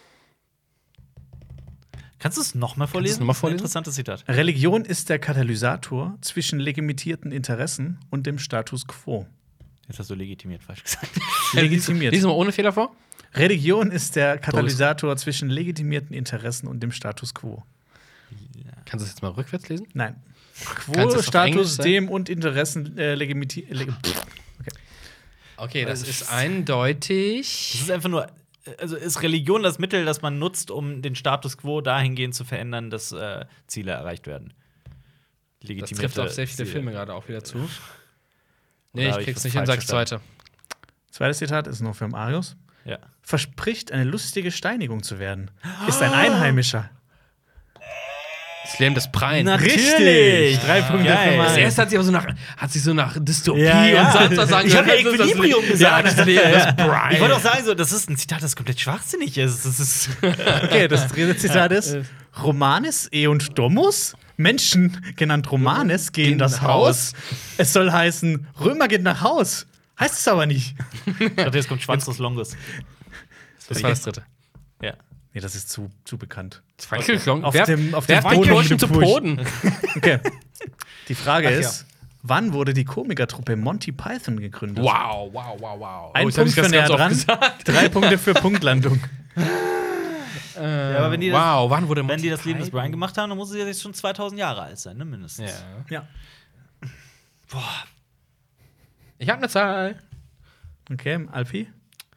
Kannst du es nochmal vorlesen? noch mal Das ist ein vorlesen? interessantes Zitat. Religion ist der Katalysator zwischen legitimierten Interessen und dem Status quo. Jetzt hast du legitimiert falsch gesagt. Legitimiert. Lies mal ohne Fehler vor. Religion ist der Katalysator zwischen legitimierten Interessen und dem Status quo. Kannst du es jetzt mal rückwärts lesen? Nein. Kannst du Quo, es auf Englisch Status, sagen? dem und Interessen äh, legimiti leg Okay, das Das ist ist- eindeutig. Das ist einfach nur. Also ist Religion das Mittel, das man nutzt, um den Status quo dahingehend zu verändern, dass äh, Ziele erreicht werden? Das Legitimierte trifft auf sehr viele Ziele. Filme gerade auch wieder zu. Oder Nee, ich hab ich krieg's was nicht hin, falsch sag's weiter. Zweites Zitat ist noch für Marius. Ja. Verspricht, eine lustige Steinigung zu werden. Ist ein Einheimischer. Das Leben des Preien. Natürlich! Drei Punkte Geil. für Das Marius. erste hat sich aber so nach, hat sich so nach Dystopie Ja, ja. und sonst was sagen Ich hab ja können. Das ist das Equilibrium Leben- gesagt. Ja, das Leben des Brian. Ich wollte auch sagen, so, das ist ein Zitat, das komplett schwachsinnig ist. Das ist Okay, das dritte Zitat ist: Romanes eunt domus. Menschen, genannt Romanes, gehen in das Haus. Es soll heißen: Römer geht nach Haus. Heißt es aber nicht. ich dachte, jetzt kommt Schwanzlos Longus. Das war das dritte. Ja. Nee, das ist zu, zu bekannt. Frankel Klong. Auf Wer- dem- auf wer dem hat die Boden, Kirchen zu du Bursch. Boden? Okay. Die Frage Ach ja. ist: Wann wurde die Komikertruppe Monty Python gegründet? Wow, wow, wow, wow. Ein Oh, jetzt hab Punkt ich für das näher ganz oft dran. gesagt. Drei Punkte für Punktlandung. Ja, aber wenn die das, Wow, wann wurde wenn die das Monty Leben des Python? Brian gemacht haben, dann muss sie jetzt schon zweitausend Jahre alt sein, ne? Mindestens. Ja. Ja. Boah. Ich habe eine Zahl. Okay, Alpi?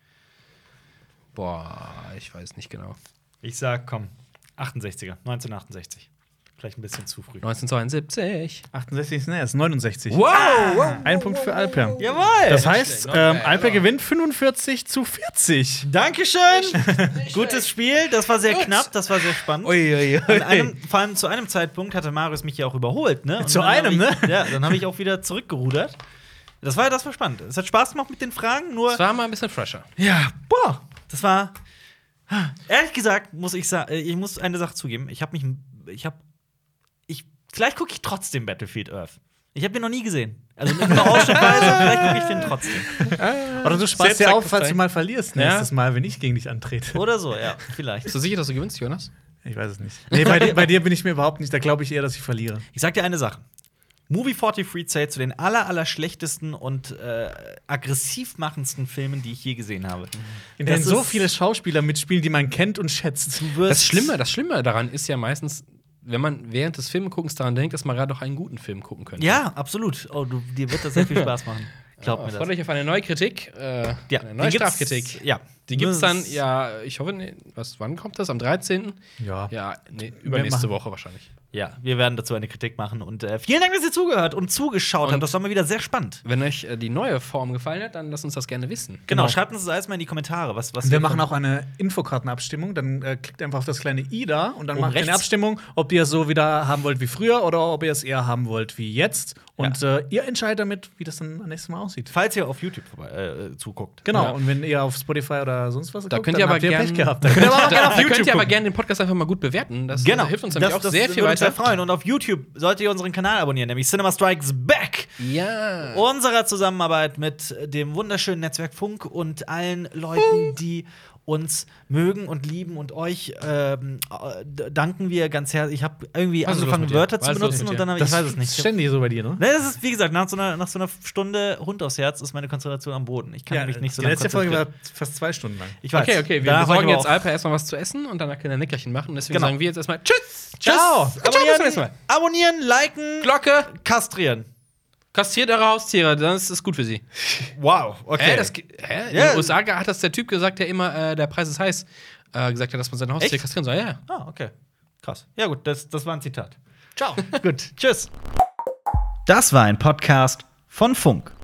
Boah, ich weiß nicht genau. Ich sag, komm, achtundsechziger, neunzehnhundertachtundsechzig. Vielleicht ein bisschen zu früh. neunzehnhundertzweiundsiebzig. achtundsechzig ist näher, ist neunundsechzig. Wow, wow. Ein Punkt für Alper. Jawohl! Das heißt, schlecht, ähm, okay, Alper aber- gewinnt fünfundvierzig zu vierzig. Dankeschön! Gutes Spiel, das war sehr knapp, das war sehr spannend. Ui, ui, An einem, vor allem zu einem Zeitpunkt hatte Marius mich ja auch überholt, ne? Und Zu dann hab einem, ich, ne? Ja, dann habe ich auch wieder zurückgerudert. Das war, das war spannend. Es hat Spaß gemacht mit den Fragen, nur. Das war mal ein bisschen fresher. Ja, boah, das war. Ehrlich gesagt, muss ich sagen, ich muss eine Sache zugeben. Ich habe mich. Ich habe. Ich, vielleicht gucke ich trotzdem Battlefield Earth. Ich habe den noch nie gesehen. Also nur ausschnittweise, vielleicht gucke ich den trotzdem. Oder du sparst dir auf, falls du Selbstzweckbefreit. mal verlierst nächstes Mal, wenn ich gegen dich antrete. Oder so, ja, vielleicht. Bist du sicher, dass du gewinnst, Jonas? Ich weiß es nicht. Nee, bei, dir, bei dir bin ich mir überhaupt nicht. Da glaube ich eher, dass ich verliere. Ich sag dir eine Sache. Movie dreiundvierzig zählt zu den aller, aller schlechtesten und äh, aggressiv machendsten Filmen, die ich je gesehen habe. In denen Das so ist- viele Schauspieler mitspielen, die man kennt und schätzt. Du wirst Das Schlimme, das Schlimme daran ist ja meistens, wenn man während des Filmguckens daran denkt, dass man gerade auch einen guten Film gucken könnte. Ja, absolut. Oh, du, dir wird das sehr viel Spaß machen. Glaub Ja, mir freut das. euch auf eine neue Kritik. Äh, Ja, eine neue die gibt's- Strafkritik. Ja. Die gibt's dann, Das- ja, ich hoffe, nee, was, wann kommt das? Am dreizehnten? Ja. Ja, nee, übernächste Woche wahrscheinlich. Ja, wir werden dazu eine Kritik machen. Und äh, vielen Dank, dass ihr zugehört und zugeschaut Und- habt. Das war mal wieder sehr spannend. Wenn euch äh, die neue Form gefallen hat, dann lasst uns das gerne wissen. Genau, Genau. schreibt uns das alles mal in die Kommentare. Was, was Wir ihr machen von- auch eine Infokartenabstimmung. Dann äh, klickt einfach auf das kleine i da und dann Oben macht ihr eine rechts. Abstimmung, ob ihr es so wieder haben wollt wie früher oder ob ihr es eher haben wollt wie jetzt. Und äh, ihr entscheidet damit, wie das dann nächstes Mal aussieht. Falls ihr auf YouTube vorbei, äh, zuguckt. Genau, Ja. und wenn ihr auf Spotify oder sonst was Da guckt, könnt dann ihr aber habt ihr gern, Pech gehabt. Da könnt ihr aber auch gerne auf da YouTube könnt ihr aber gucken. gerne den Podcast einfach mal gut bewerten. Das Genau. äh, hilft uns nämlich das, auch das sehr viel würde uns weiter. sehr freuen. Und auf YouTube solltet ihr unseren Kanal abonnieren, nämlich Cinema Strikes Back. Ja. Unserer Zusammenarbeit mit dem wunderschönen Netzwerk Funk und allen Leuten, die uns mögen und lieben und euch ähm, äh, d- danken wir ganz herzlich. Ich habe irgendwie Was ist los angefangen, mit dir? Wörter Was zu ist los benutzen mit und dir? dann habe ich, ich Das weiß es nicht. ist ständig so bei dir, ne? Ne, das ist, wie gesagt, nach so, einer, nach so einer Stunde Hund aufs Herz ist meine Konzentration am Boden. Ich kann Ja, mich nicht so die lange letzte Folge war konzentrieren. fast zwei Stunden lang. Ich weiß. Okay, okay, wir Danach war besorgen ich jetzt aber auch- Alper erstmal was zu essen und danach können wir ein Nickerchen machen. Und deswegen Genau. sagen wir jetzt erstmal Tschüss! Ciao. Ciao, bis zum nächsten Abonnieren, Mal. abonnieren, liken, Glocke! kastrieren. Kastriert eure Haustiere, das ist gut für sie. Wow, okay. Hä? Das, ge- hä? Ja. In den U S A hat das der Typ gesagt, der immer äh, der Preis ist heiß äh, gesagt hat, dass man sein Haustier Echt? kastrieren soll. Ja, ja. Ah, okay. Krass. Ja, gut, das, das war ein Zitat. Ciao. Gut, tschüss. Das war ein Podcast von Funk.